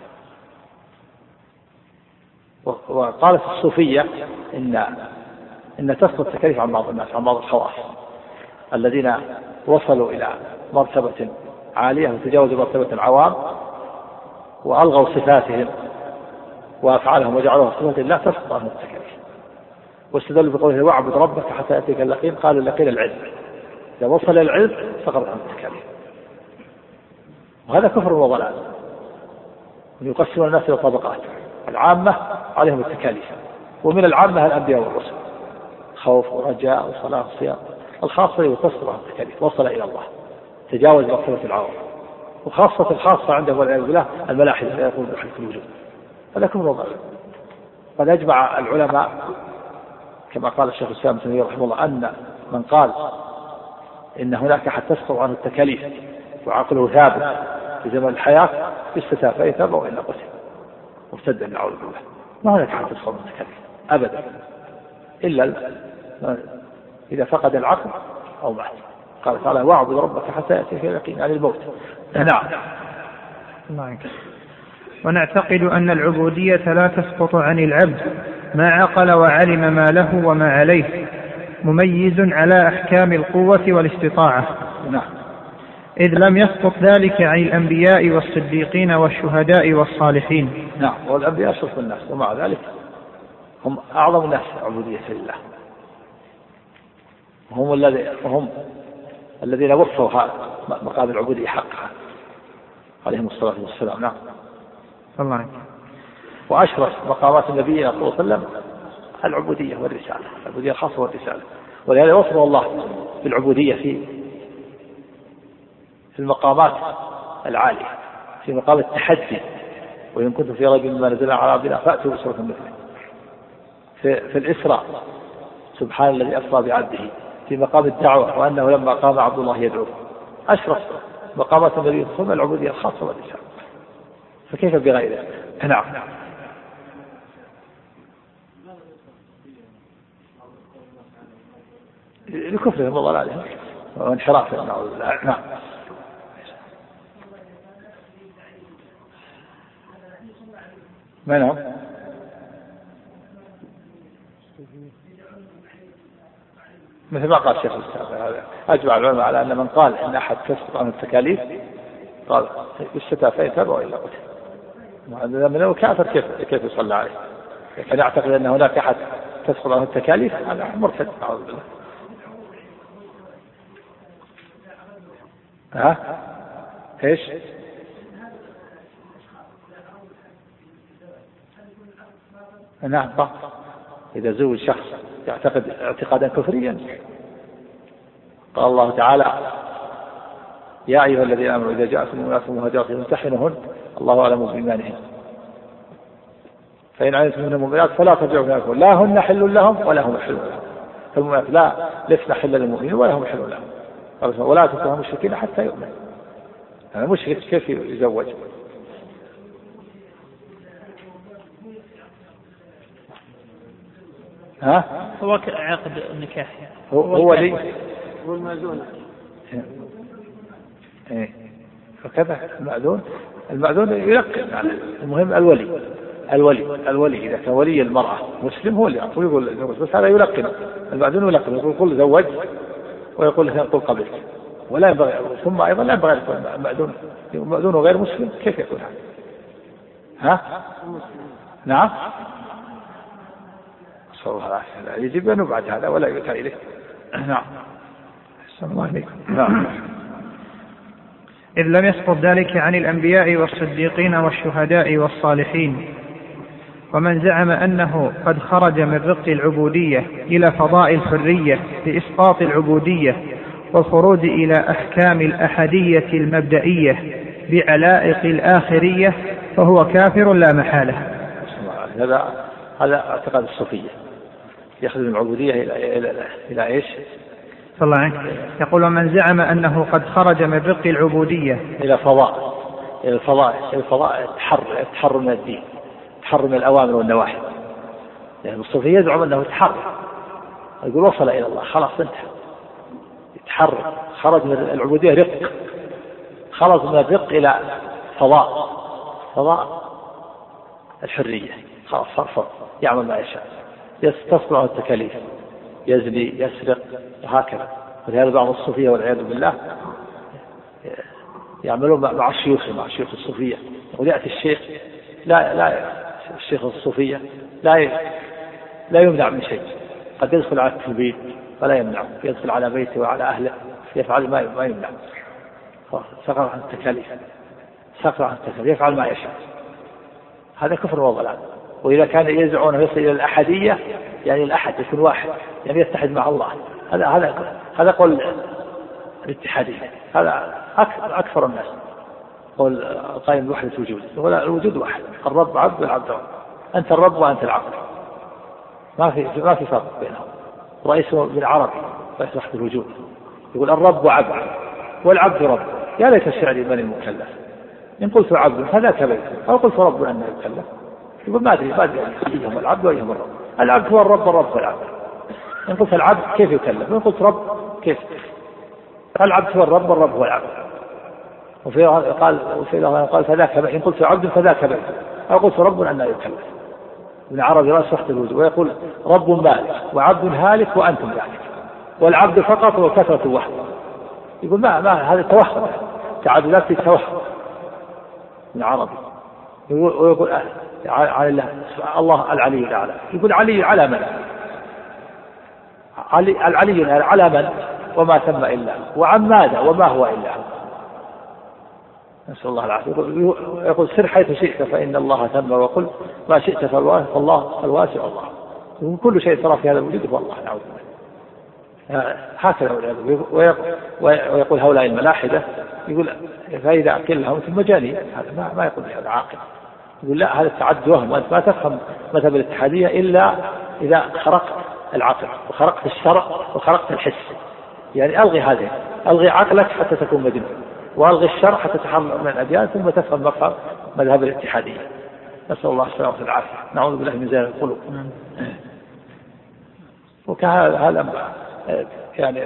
[SPEAKER 2] وقالت الصوفية إن تسقط التكاليف عن بعض الناس، عن بعض الخواص الذين وصلوا إلى مرتبة عالية وتجاوزوا مرتبة العوام وألغوا صفاتهم وأفعالهم وجعلوها صفات الله، تسقط عنهم التكاليف. واستدلوا بقوله: واعبد ربك حتى يأتيك اليقين. قال: اليقين العلم، إذا وصل العلم سقط عنه التكاليف. وهذا كفر وضلال. يقسم الناس إلى طبقات: العامة عليهم التكاليف، ومن العامة الأنبياء والرسل، خوف ورجاء وصلاة وصيام. الخاصة يتصل عن التكاليف، وصل إلى الله، تجاوز مرتبة العوام. وخاصة الخاصة عنده والعياذ بالله الملاحدة لا يقول بحق الوجود. هذا كفر وضع. قد أجمع العلماء كما قال الشيخ الإسلام ابن تيمية رحمه الله أن من قال إن هناك حد تسقط عنه التكاليف وعقله ثابت في زمن الحياة يستتاب فيتاب وإلا قتل مرتدا نعوذ بالله. ما هناك حد تسقط عنه التكاليف أبدا إلا إذا فقد العقل أو مات. قال تعالى واعبد ربك حتى يأتيك اليقين عن الموت. نعم.
[SPEAKER 3] ونعتقد أن العبودية لا تسقط عن العبد ما عقل وعلم ما له وما عليه، مميز على أحكام القوة والاستطاعة.
[SPEAKER 2] نعم.
[SPEAKER 3] إذ لم يسقط ذلك عن الأنبياء والصديقين والشهداء والصالحين.
[SPEAKER 2] نعم. والأنبياء أشرف الناس ومع ذلك هم أعظم الناس عبودية لله، وهم الذين وفوا مقام العبودية حقها عليهم الصلاة والسلام. نعم.
[SPEAKER 3] الله عنك.
[SPEAKER 2] وأشرف مقامات النبي صلى الله عليه وسلم العبودية والرسالة، العبودية الخاصة والرسالة. ولهذا وصف الله بالعبودية في المقامات العالية، في مقام التحدي وإن كنتم في ريب مما نزلنا على عبدنا فأتوا بسورة مثله. في الإسراء سبحان الذي أسرى بعبده، في مقام الدعوة وأنه لما قام عبد الله يدعوه. أشرف مقامات النبي صلى الله عليه وسلم العبودية الخاصة والرسالة، فكيف بغيره؟ نعم. لكفرهم وضلالهم وانحرافهم. نعم. ما نعم. مثل ما قال الشيخ الإسلام أجمع العلماء على أن من قال إن أحد تسقط عنه التكاليف قال يستتاب فيتاب وإلا قتل. من كافر كيف يصلى عليه؟ لكن أعتقد أن هناك أحد تسقط عنه التكاليف هذا مرتد أعوذ بالله. إيش؟ نعم. إذا زوج شخص يعتقد اعتقادا كفريا قال الله تعالى يا أيها الذين آمنوا إذا جاءكم المؤمنات مهاجرات فامتحنوهن الله أعلم بإيمانهن فإن علمتم من المؤمنات فلا ترجعوا منهن لا هن حل لهم ولا هم حل لهم. فالمؤمنات لا لسنا حل للمؤمنين ولا هم حل لهم. ولا تكونوا مشركين حتى يؤمنوا. المشرك كيف يزوج؟
[SPEAKER 3] هو عقد النكاح
[SPEAKER 2] هو لي
[SPEAKER 5] هو المأذون.
[SPEAKER 2] فكذا المأذون يلقن. المهم الولي إذا كان ولي المرأة مسلم هو اللي يقول بس هذا يلقن. المأذون يلقن يقول قل زوج ويقول له قل قبلت. ولا ينبغي ثم أيضا لا ينبغي يكون مأذون غير مسلم. كيف يكون هذا؟ نعم. صلى الله عليه وسلم يجب أن نبعد هذا ولا يؤتى إليه. نعم. السلام الله عليكم. نعم.
[SPEAKER 3] إذ لم يسقط ذلك عن الأنبياء والصديقين والشهداء والصالحين. ومن زعم أنه قد خرج من رق العبودية إلى فضاء الحرية بإسقاط العبودية والخروج إلى أحكام الأحدية المبدئية بعلائق الآخرية فهو كافر لا محالة.
[SPEAKER 2] هذا اعتقاد الصوفية يخرج من العبودية إلى إيش؟
[SPEAKER 3] صلى الله عليه وسلم يقول ومن زعم أنه قد خرج من رق العبودية
[SPEAKER 2] إلى الفضاء التحرر من الدين، تحرر من الأوامر والنواهي. يعني الصوفية يزعم أنه تحرر، يقول وصل إلى الله خلاص انتهى، يتحرر، خرج من العبودية رق، خرج من الرق إلى فضاء الحرية، خلاص صار يعمل ما يشاء، يستصنع التكاليف، يزني يسرق وهكذا. ولهذا بعض الصوفية والعياذ بالله يعملون مع شيوخ الصوفية. ويأتي الشيخ الشيخ الصوفية لا يمنع من شيء، قد يدخل على البيت فلا يمنع، يدخل على بيته وعلى أهله يفعل ما يمنع، سقط عن التكاليف، يفعل ما يشاء. هذا كفر وضلال. وإذا كان يزعون يصل إلى الأحدية يعني الأحد يكون واحد يعني يتحد مع الله. هذا قول الاتحادية، هذا أكثر الناس قول قائم بوحدة الوجود. ولا الوجود واحد، الرب عبد والعبد رب، أنت الرب وأنت العبد، ما في فرق بينهم. رئيس بالعربي رئيس وحدة الوجود يقول الرب عبد والعبد رب، يا ليت الشعري من المكلف إن قلت عبد فذاك بيت أو قلت رب أنه يكلف. يقول ما أدري أيهم العبد وأيهم الرب. العبد هو الرب والرب والعبد. إن قلت العبد كيف يكلف، وإن قلت رب كيف؟ العبد هو الرب والرب هو العبد. وفي قال فذاك إن قلت عبد فذاك بيت أو قلت رب أنه يكلف. ابن عربي رأس وحدة الوجود ويقول رب مالك وعبد هالك وأنتم ذلك، والعبد فقط وكثرة وحده. يقول ما هذا توهم، تعددات في توهم. ابن عربي ويقول على الله العلي الأعلى، يقول علي على من؟ العلي على من وما ثم إلا وعن ماذا وما هو إلا هو. نسأل الله العافية. يقول سر حيث شئت فإن الله ثم، وقل ما شئت فالله الواسع الله. يقول كل شيء ترى في هذا الوجود هو الله، نعوذ بالله. هكذا ويقول هؤلاء الملاحدة يقول فإذا قيل لهم ثم جاني، هذا ما يقول هذا عاقل. يقول لا، هذا التعدد وهم، وأنت ما تفهم مذهب الاتحادية إلا إذا خرقت العقل وخرقت الشرع وخرقت الحس. يعني ألغي عقلك حتى تكون مجنون، وألغي الشرع حتى تحرر من الأديان، ثم تفهم مفهوم مذهب الاتحادية. نسأل الله السلامة والعافية، نعوذ بالله من زيغ القلوب. وكهذا يعني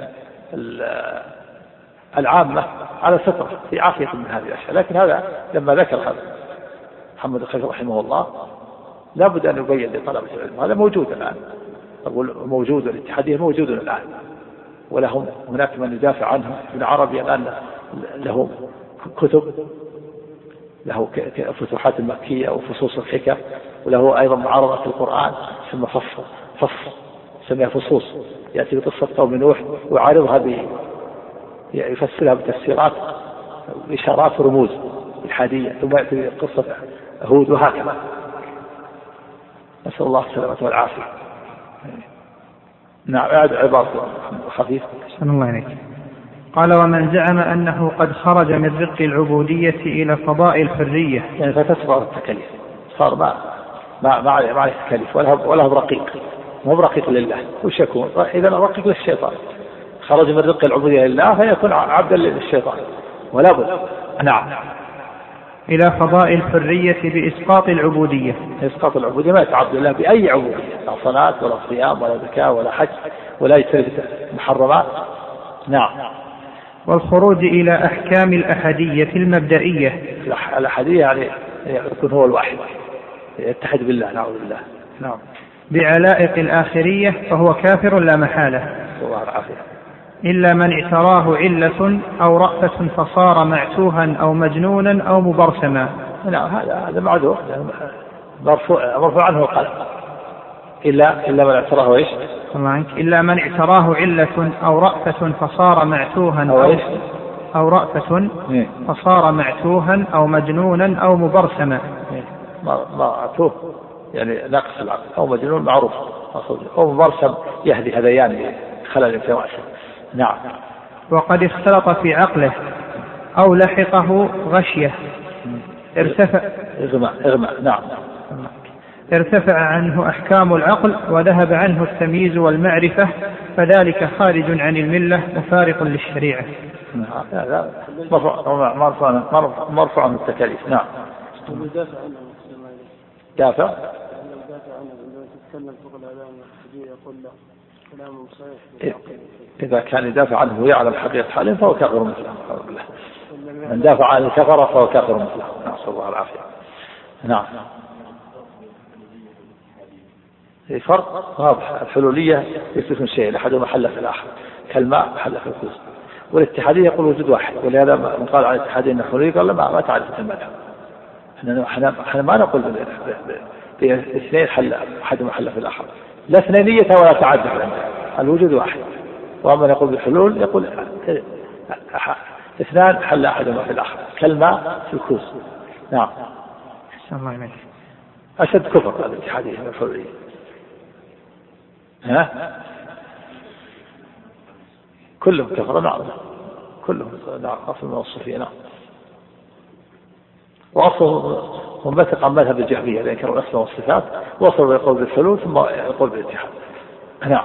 [SPEAKER 2] العامة على ستر في عافية من هذه الأشياء، لكن هذا لما ذكر هذا محمد الخليل رحمه الله لا بد أن يبين لطلبة العلم هذا موجود الآن. أقول موجود، الاتحادية موجود الآن، ولهم هناك من يدافع عنهم. ابن عربي الآن له كتب، له فتوحات المكية وفصوص الحكم، وله أيضا معارضة القرآن ثم فص سميها فصوص، يأتي بقصة قوم نوح ويعارضها يفسرها بتفسيرات إشارات ورموز الحادية، ثم يأتي بقصة هود وهكذا. نسأل الله السلامة والعافية. نعم، عبارة خفيف.
[SPEAKER 3] أحسن الله إليك. قال ومن زعم أنه قد خرج من رق العبودية إلى فضاء الحرية،
[SPEAKER 2] يعني فتسبق التكاليف، صار ما عليه تكاليف ولا برقيق، مو برقيق لله، وش يكون؟ إذا رقيق للشيطان. خرج من رق العبودية لله فيكون عبدا للشيطان ولا بد. نعم،
[SPEAKER 3] إلى فضاء الحرية بإسقاط العبودية.
[SPEAKER 2] إسقاط العبودية ما يتعبد الله بأي عبودية، لا صلاة ولا صيام ولا زكاة ولا حج ولا يجتنب محرمات. نعم.
[SPEAKER 3] والخروج إلى أحكام الأحدية المبدئية.
[SPEAKER 2] الأحدية يعني يكون هو الواحد، يتحد بالله، نعوذ بالله. نعم.
[SPEAKER 3] بعلائق الآخرية فهو كافر لا محالة.
[SPEAKER 2] الله العافية.
[SPEAKER 3] إلا من اعتراه علة أو رأفة فصار معتوها أو مجنونا أو مبرسما.
[SPEAKER 2] نعم، هذا معذور، مرفوع عنه القلم. إلا من اعتراه إيش؟
[SPEAKER 3] إلا من اعتراه علة أو رأفة فصار معتوها أو رأفة فصار معتوها أو مجنونا أو مبرسما.
[SPEAKER 2] معتوه يعني ناقص العقل، أو مجنون معروف، أو مبرسم يهدي هذيان خلل في رأسه. نعم.
[SPEAKER 3] وقد اختلط في عقله أو لحقه غشية
[SPEAKER 2] إغماء. نعم.
[SPEAKER 3] ارتفع عنه أحكام العقل وذهب عنه التمييز والمعرفة، فذلك خارج عن الملة وفارق للشريعة.
[SPEAKER 2] هذا مرفوع عن التكاليف. نعم. دافع عنه عندما تتكلم فوق الإعلام يقول له كلام صحيح. إذا كان يدافع عنه ويعلم حقيقة حاله فهو كافر مثله. من دافع عن الكفرة فهو كافر مثله، نسأل الله العافية. نعم. فرق واضح. الحلولية يثبتون شيء لأحدهما حل في الآخر كالماء حل في الكوز، والاتحادية يقول وجود واحد، ولهذا من قال عن الاتحادية أن الحلولية قال ما تعرف المذهب. احنا ما نقول باثنين حل أحدهما حل في الآخر، لا اثنينية ولا تعدد عندنا، الوجود واحد. ومن يقول بالحلول يقول اثنان حل أحدهما في الآخر كالماء في الكوز. نعم.
[SPEAKER 3] الله يمكن.
[SPEAKER 2] أشد كفر الاتحادية من الحرية. كلهم كفر، نعم كلهم أصل من الصوفية. نعم وأصله منبثق عن مذهب الجهمية لأن كانوا الأسماء والصفات وصلوا يقول بالحلول ثم يقول بالاتحاد. نعم.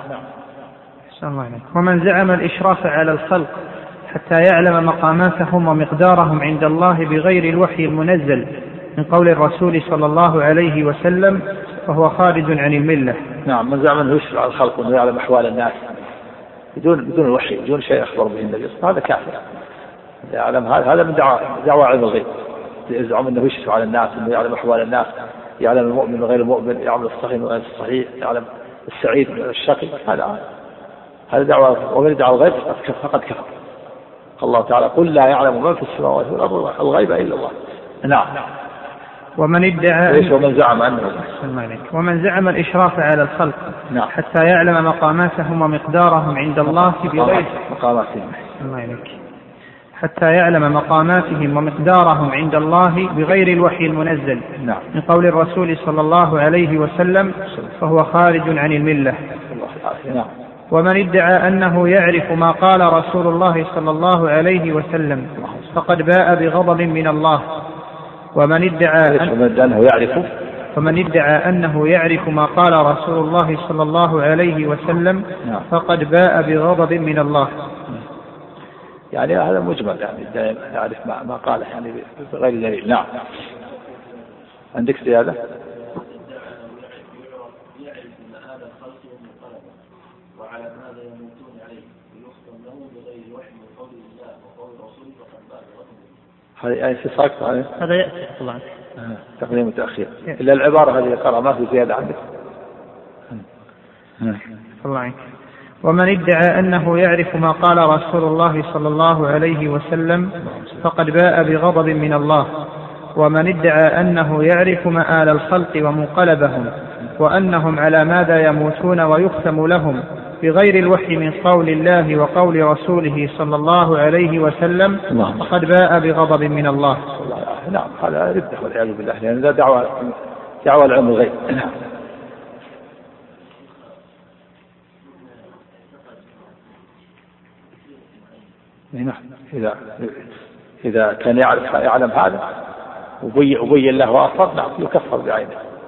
[SPEAKER 3] ومن زعم الإشراف على الخلق حتى يعلم مقاماتهم ومقدارهم عند الله بغير الوحي المنزل من قول الرسول صلى الله عليه وسلم فهو خارج عن الملة.
[SPEAKER 2] نعم. من زعم أنه يشرع على الخلق وأنه يعلم أحوال الناس بدون الوحي بدون شيء أخبر به النبي هذا كافر. يعلم هذا من دعوى علم الغيب. يزعم أنه يشرع على الناس أنه يعلم أحوال الناس، يعلم المؤمن وغير المؤمن، يعلم الصحيح وغير الصحيح، يعلم السعيد والشقي. هذا دعوة. ومن دعوى الغيب فقد كفر. الله تعالى قل لا يعلم من في السماوات والأرض الغيب إلا الله. نعم.
[SPEAKER 3] ومن زعم الإشراف على الخلق حتى يعلم مقاماتهم ومقدارهم عند الله بغير حتى يعلم مقاماتهم ومقدارهم عند الله بغير الوحي المنزل من قول الرسول صلى الله عليه وسلم فهو خارج عن الملة. ومن ادعى أنه يعرف ما قال رسول الله صلى الله عليه وسلم فقد باء بغضب من الله. ومن ادعى أنه يعرف ما قال رسول الله صلى الله عليه وسلم فقد باء بغضب من الله.
[SPEAKER 2] يعني هذا مجمل، يعني يعرف ما قاله يعني بغير دليل. نعم. عندك زيادة؟
[SPEAKER 7] وعلى ماذا يموتون عليه ويختم لهم بغير وحي من قول الله وقول رسوله فقد باء بغضب.
[SPEAKER 2] هذه في ساقط عليه.
[SPEAKER 3] هذا يأتي طبعا
[SPEAKER 2] تقديم وتأخير. إلا العبارة هذه قرأ ما في زيادة عندك.
[SPEAKER 3] الله عنك. ومن ادعى أنه يعرف ما قال رسول الله صلى الله عليه وسلم فقد باء بغضب من الله. ومن ادعى أنه يعرف مآل الخلق ومنقلبهم وأنهم على ماذا يموتون ويختم لهم بغير الوحي من قول الله وقول رسوله صلى الله عليه وسلم فقد باء بغضب من الله.
[SPEAKER 2] نعم. هذا ردة والعياذ بالله لأن هذا دعوة العلم الغيب. نعم. إذا كان يعلم هذا وبين له وأصر نعم يكفر بعينه.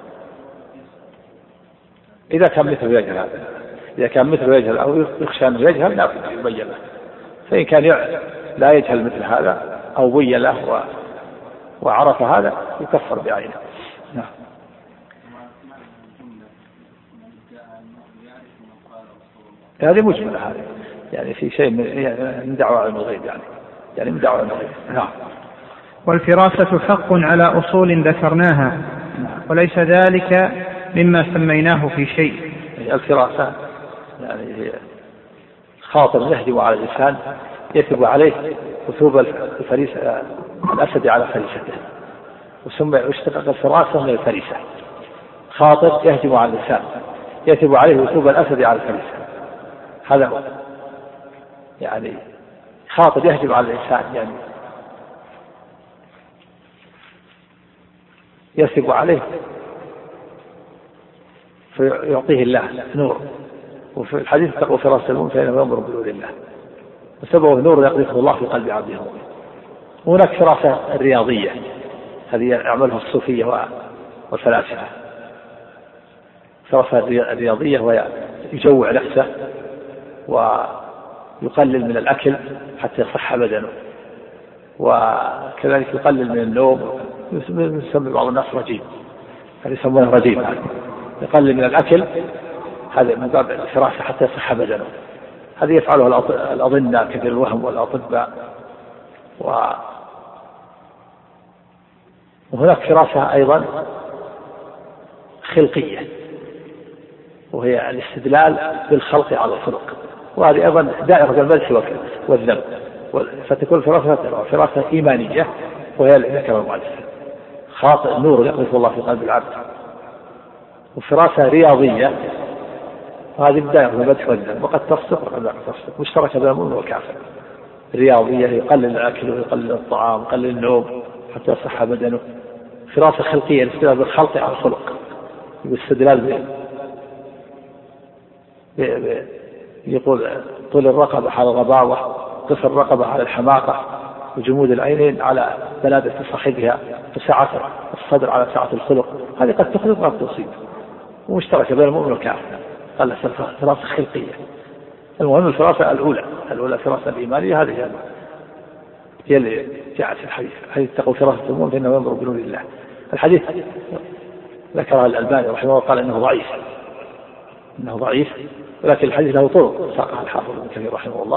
[SPEAKER 2] إذا كان مثل يجهل هذا، إذا كان مثل يجهل أو يخشى أنه يجهل لا يبين له. فإن كان لا يجهل مثل هذا أو بين له وعرف هذا يكفر بعينه. نعم. هذه مجملة هذه يعني في شيء من دعوة علم الغيب يعني من دعوة علم الغيب. نعم.
[SPEAKER 3] والفراسة حق على أصول ذكرناها وليس ذلك مما سميناه في شيء.
[SPEAKER 2] الفراسة يعني هي خاطر يهجم على الإنسان يثب عليه وثوب الأسد على فريسته وسمى يشتقق الفراسة من الفريسة. خاطر يهجم على الإنسان يثب عليه وثوب الأسد على الفريسة. هذا هو يعني خاطر يهجم على الإنسان يعني يثب عليه فيعطيه الله نور. وفي الحديث تقوى فراسة المؤمن فإنه ينظر بنور الله وسببه نور يقذفه الله في قلب عبده المؤمن. هناك فراسة الرياضية هذه يعملها الصوفية والفلاسفة. فراسة الرياضية وهي يجوع نفسه ويقلل من الأكل حتى يصح بدنه وكذلك يقلل من النوم. يسمى بعض الناس رجيم هذا يسمونه رجيم يقلل من الأكل هذا من باب الفراسة حتى يصح بدنه. هذا يفعله الأضنة كثير الوهم والأطباء. وهناك فراسة أيضا خلقية وهي الاستدلال بالخلق على الخلق وهذه أيضا دائرة المدح والذم. فتكون فراسة إيمانية وهي ذكر المؤلف خاطئ نور يقذف الله في قلب العبد. وفراسة رياضية هذه بداية المدح والذم وقد تصدق وقد لا تصدق مشتركة بين المؤمن والكافر. رياضية يقلل الأكل ويقلل الطعام ويقلل النوم حتى يصح بدنه. فراسة خلقية الاستدلال بالخلق على الخلق بالاستدلال يقول طول الرقبة على الغباوة، قصر الرقبة على الحماقة، وجمود العينين على بلادة صاحبها، وسعة الصدر على سعة الخلق. هذه قد تخلق وقد تصيب، ومشتركة بين المؤمن والكافر. قال فراسة خلقية. المهم الفراسة الأولى الفراسة الإيمانية، هذه هي اللي جاءت في الحديث اتقوا فراسة المؤمن فإنه ينظر بنور الله. الحديث ذكرها الألباني رحمه الله قال إنه ضعيف، ولكن الحديث له طرق ساقها الحافظ ابن كثير رحمه الله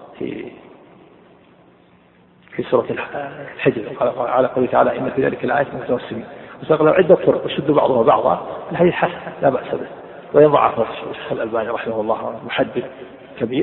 [SPEAKER 2] في سورة الحجر على قوله تعالى إن في ذلك الآيات متوسمين، وساق له عدة طرق يشد بعضها بعضا. الحديث حسن لا بأس به، ويضعف الشيخ الألباني رحمه الله محدث كبير،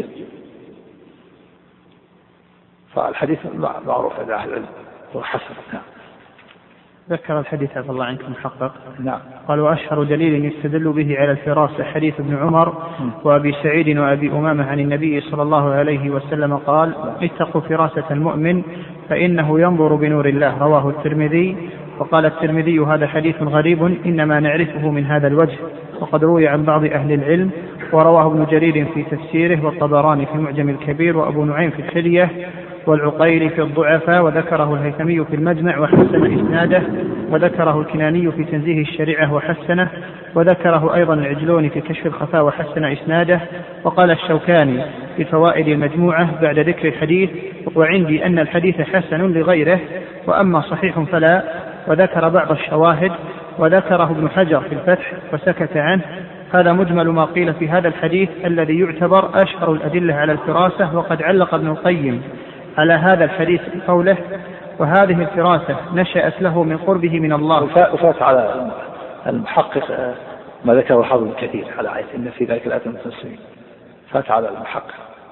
[SPEAKER 2] فالحديث معروف عند أهل العلم وحسن.
[SPEAKER 3] ذكر الحديث عفى الله عنكم محقق.
[SPEAKER 2] نعم.
[SPEAKER 3] قال وأشهر دليل يستدل به على الفراسة حديث ابن عمر وأبي سعيد وأبي أمامة عن النبي صلى الله عليه وسلم قال اتقوا فراسة المؤمن فإنه ينظر بنور الله، رواه الترمذي. وقال الترمذي هذا حديث غريب إنما نعرفه من هذا الوجه، وقد روي عن بعض أهل العلم، ورواه ابن جرير في تفسيره، والطبراني في المعجم الكبير، وأبو نعيم في الحلية، والعقيلي في الضعفاء، وذكره الهيثمي في المجمع وحسن إسناده، وذكره الكناني في تنزيه الشريعة وحسنه، وذكره أيضا العجلوني في كشف الخفاء وحسن إسناده. وقال الشوكاني في فوائد المجموعة بعد ذكر الحديث وعندي أن الحديث حسن لغيره وأما صحيح فلا، وذكر بعض الشواهد، وذكره ابن حجر في الفتح وسكت عنه. هذا مجمل ما قيل في هذا الحديث الذي يعتبر أشهر الأدلة على الفراسة. وقد علق ابن القيم على هذا الحديث بقوله وهذه الفراسة نشأت له من قربه من الله.
[SPEAKER 2] وفات على المحقق ما ذكره الحافظ الكثير على آية إن في ذلك الآيات المتوسمين، فات على المحقق.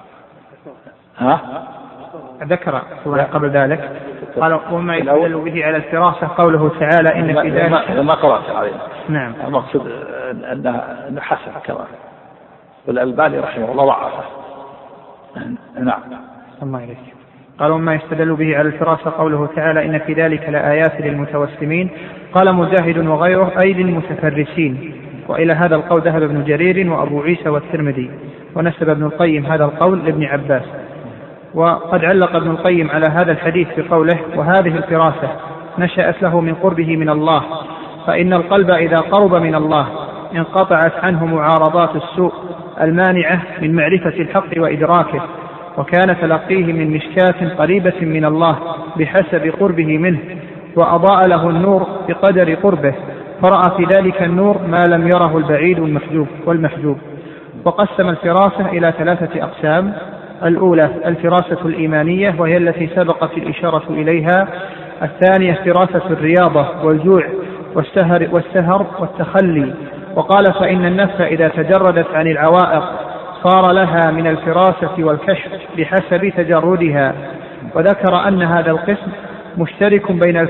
[SPEAKER 3] ذكر قبل ذلك قال وما يدل به على الفراسة قوله تعالى إن في ذلك
[SPEAKER 2] ما قرأت عليه.
[SPEAKER 3] نعم.
[SPEAKER 2] المقصود أنه حسن كما والألباني رحمه الله ضعفه. نعم.
[SPEAKER 3] الله إليك. قال وما يستدل به على الفراسة قوله تعالى إن في ذلك لآيات للمتوسمين. قال مجاهد وغيره أي للمتفرسين. وإلى هذا القول ذهب ابن جرير وأبو عيسى والترمذي، ونسب ابن القيم هذا القول لابن عباس. وقد علق ابن القيم على هذا الحديث بقوله وهذه الفراسة نشأت له من قربه من الله، فإن القلب إذا قرب من الله انقطعت عنه معارضات السوء المانعة من معرفة الحق وإدراكه، وكان تلقيه من مشكاة قريبة من الله بحسب قربه منه، وأضاء له النور بقدر قربه، فرأى في ذلك النور ما لم يره البعيد والمحجوب. وقسم الفراسة إلى 3 أقسام. الأولى الفراسة الإيمانية وهي التي سبقت الإشارة إليها. الثانية فراسة الرياضة والجوع والسهر والتخلي. وقال فإن النفس إذا تجردت عن العوائق صار لها من الفراسة والكشف بحسب تجردها. وذكر أن هذا القسم مشترك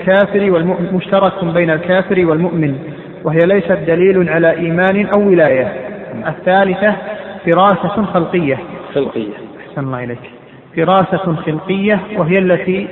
[SPEAKER 3] بين الكافر والمؤمن، وهي ليست دليل على إيمان أو ولاية. الثالثة فراسة خلقية. أحسن الله إليك. فراسة خلقية وهي التي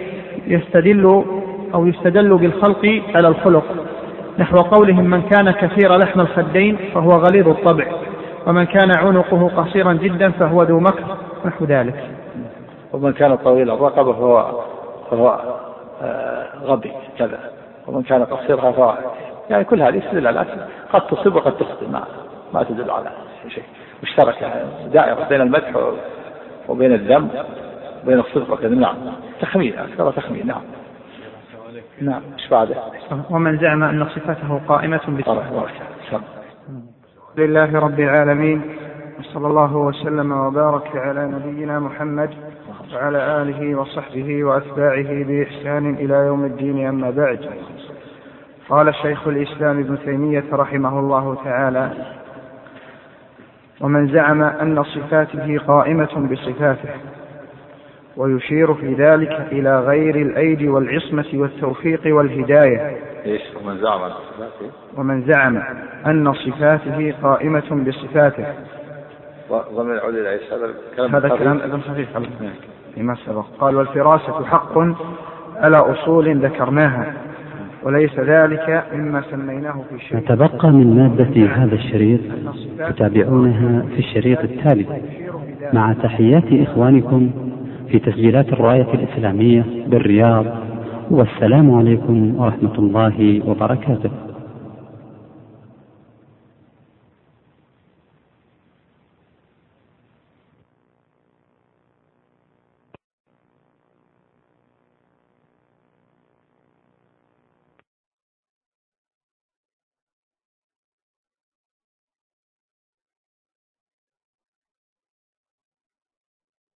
[SPEAKER 3] يستدل بالخلق على الخلق، نحو قولهم من كان كثير لحم الخدين فهو غليظ الطبع، ومن كان عنقه قصيرا جدا فهو ذو مكر، نحو ذلك.
[SPEAKER 2] ومن كان طويل الرقبة فهو غبي كذا، ومن كان قصيرها فهو يعني كل هذه استدلالات قد تصيب وقد تخطئ، ما تدل على شيء مشتركة دائرة بين المدح وبين الذم وبين الصدق وكذا. نعم. تخمين أكثر تخمين. نعم. إيش بعده؟
[SPEAKER 3] ومن زعم أن صفاته قائمة بصفاته. لله رب العالمين، وصلى الله وسلم وبارك على نبينا محمد وعلى آله وصحبه وأتباعه بإحسان إلى يوم الدين. أما بعد، قال شيخ الإسلام ابن تيمية رحمه الله تعالى ومن زعم أن صفاته قائمة بصفاته، ويشير في ذلك إلى غير الأيدي والعصمة والتوفيق والهداية. ومن زعم أن صفاته قائمة بصفاته، هذا كلام ابن خفيف لما سبق. قال والفراسة حق على أصول ذكرناها، وليس ذلك مما سميناه في الشريط.
[SPEAKER 8] نتبقى من مادة هذا الشريط تتابعونها في الشريط التالي، مع تحيات إخوانكم في تسجيلات الراية الإسلامية بالرياض، والسلام عليكم ورحمة الله وبركاته.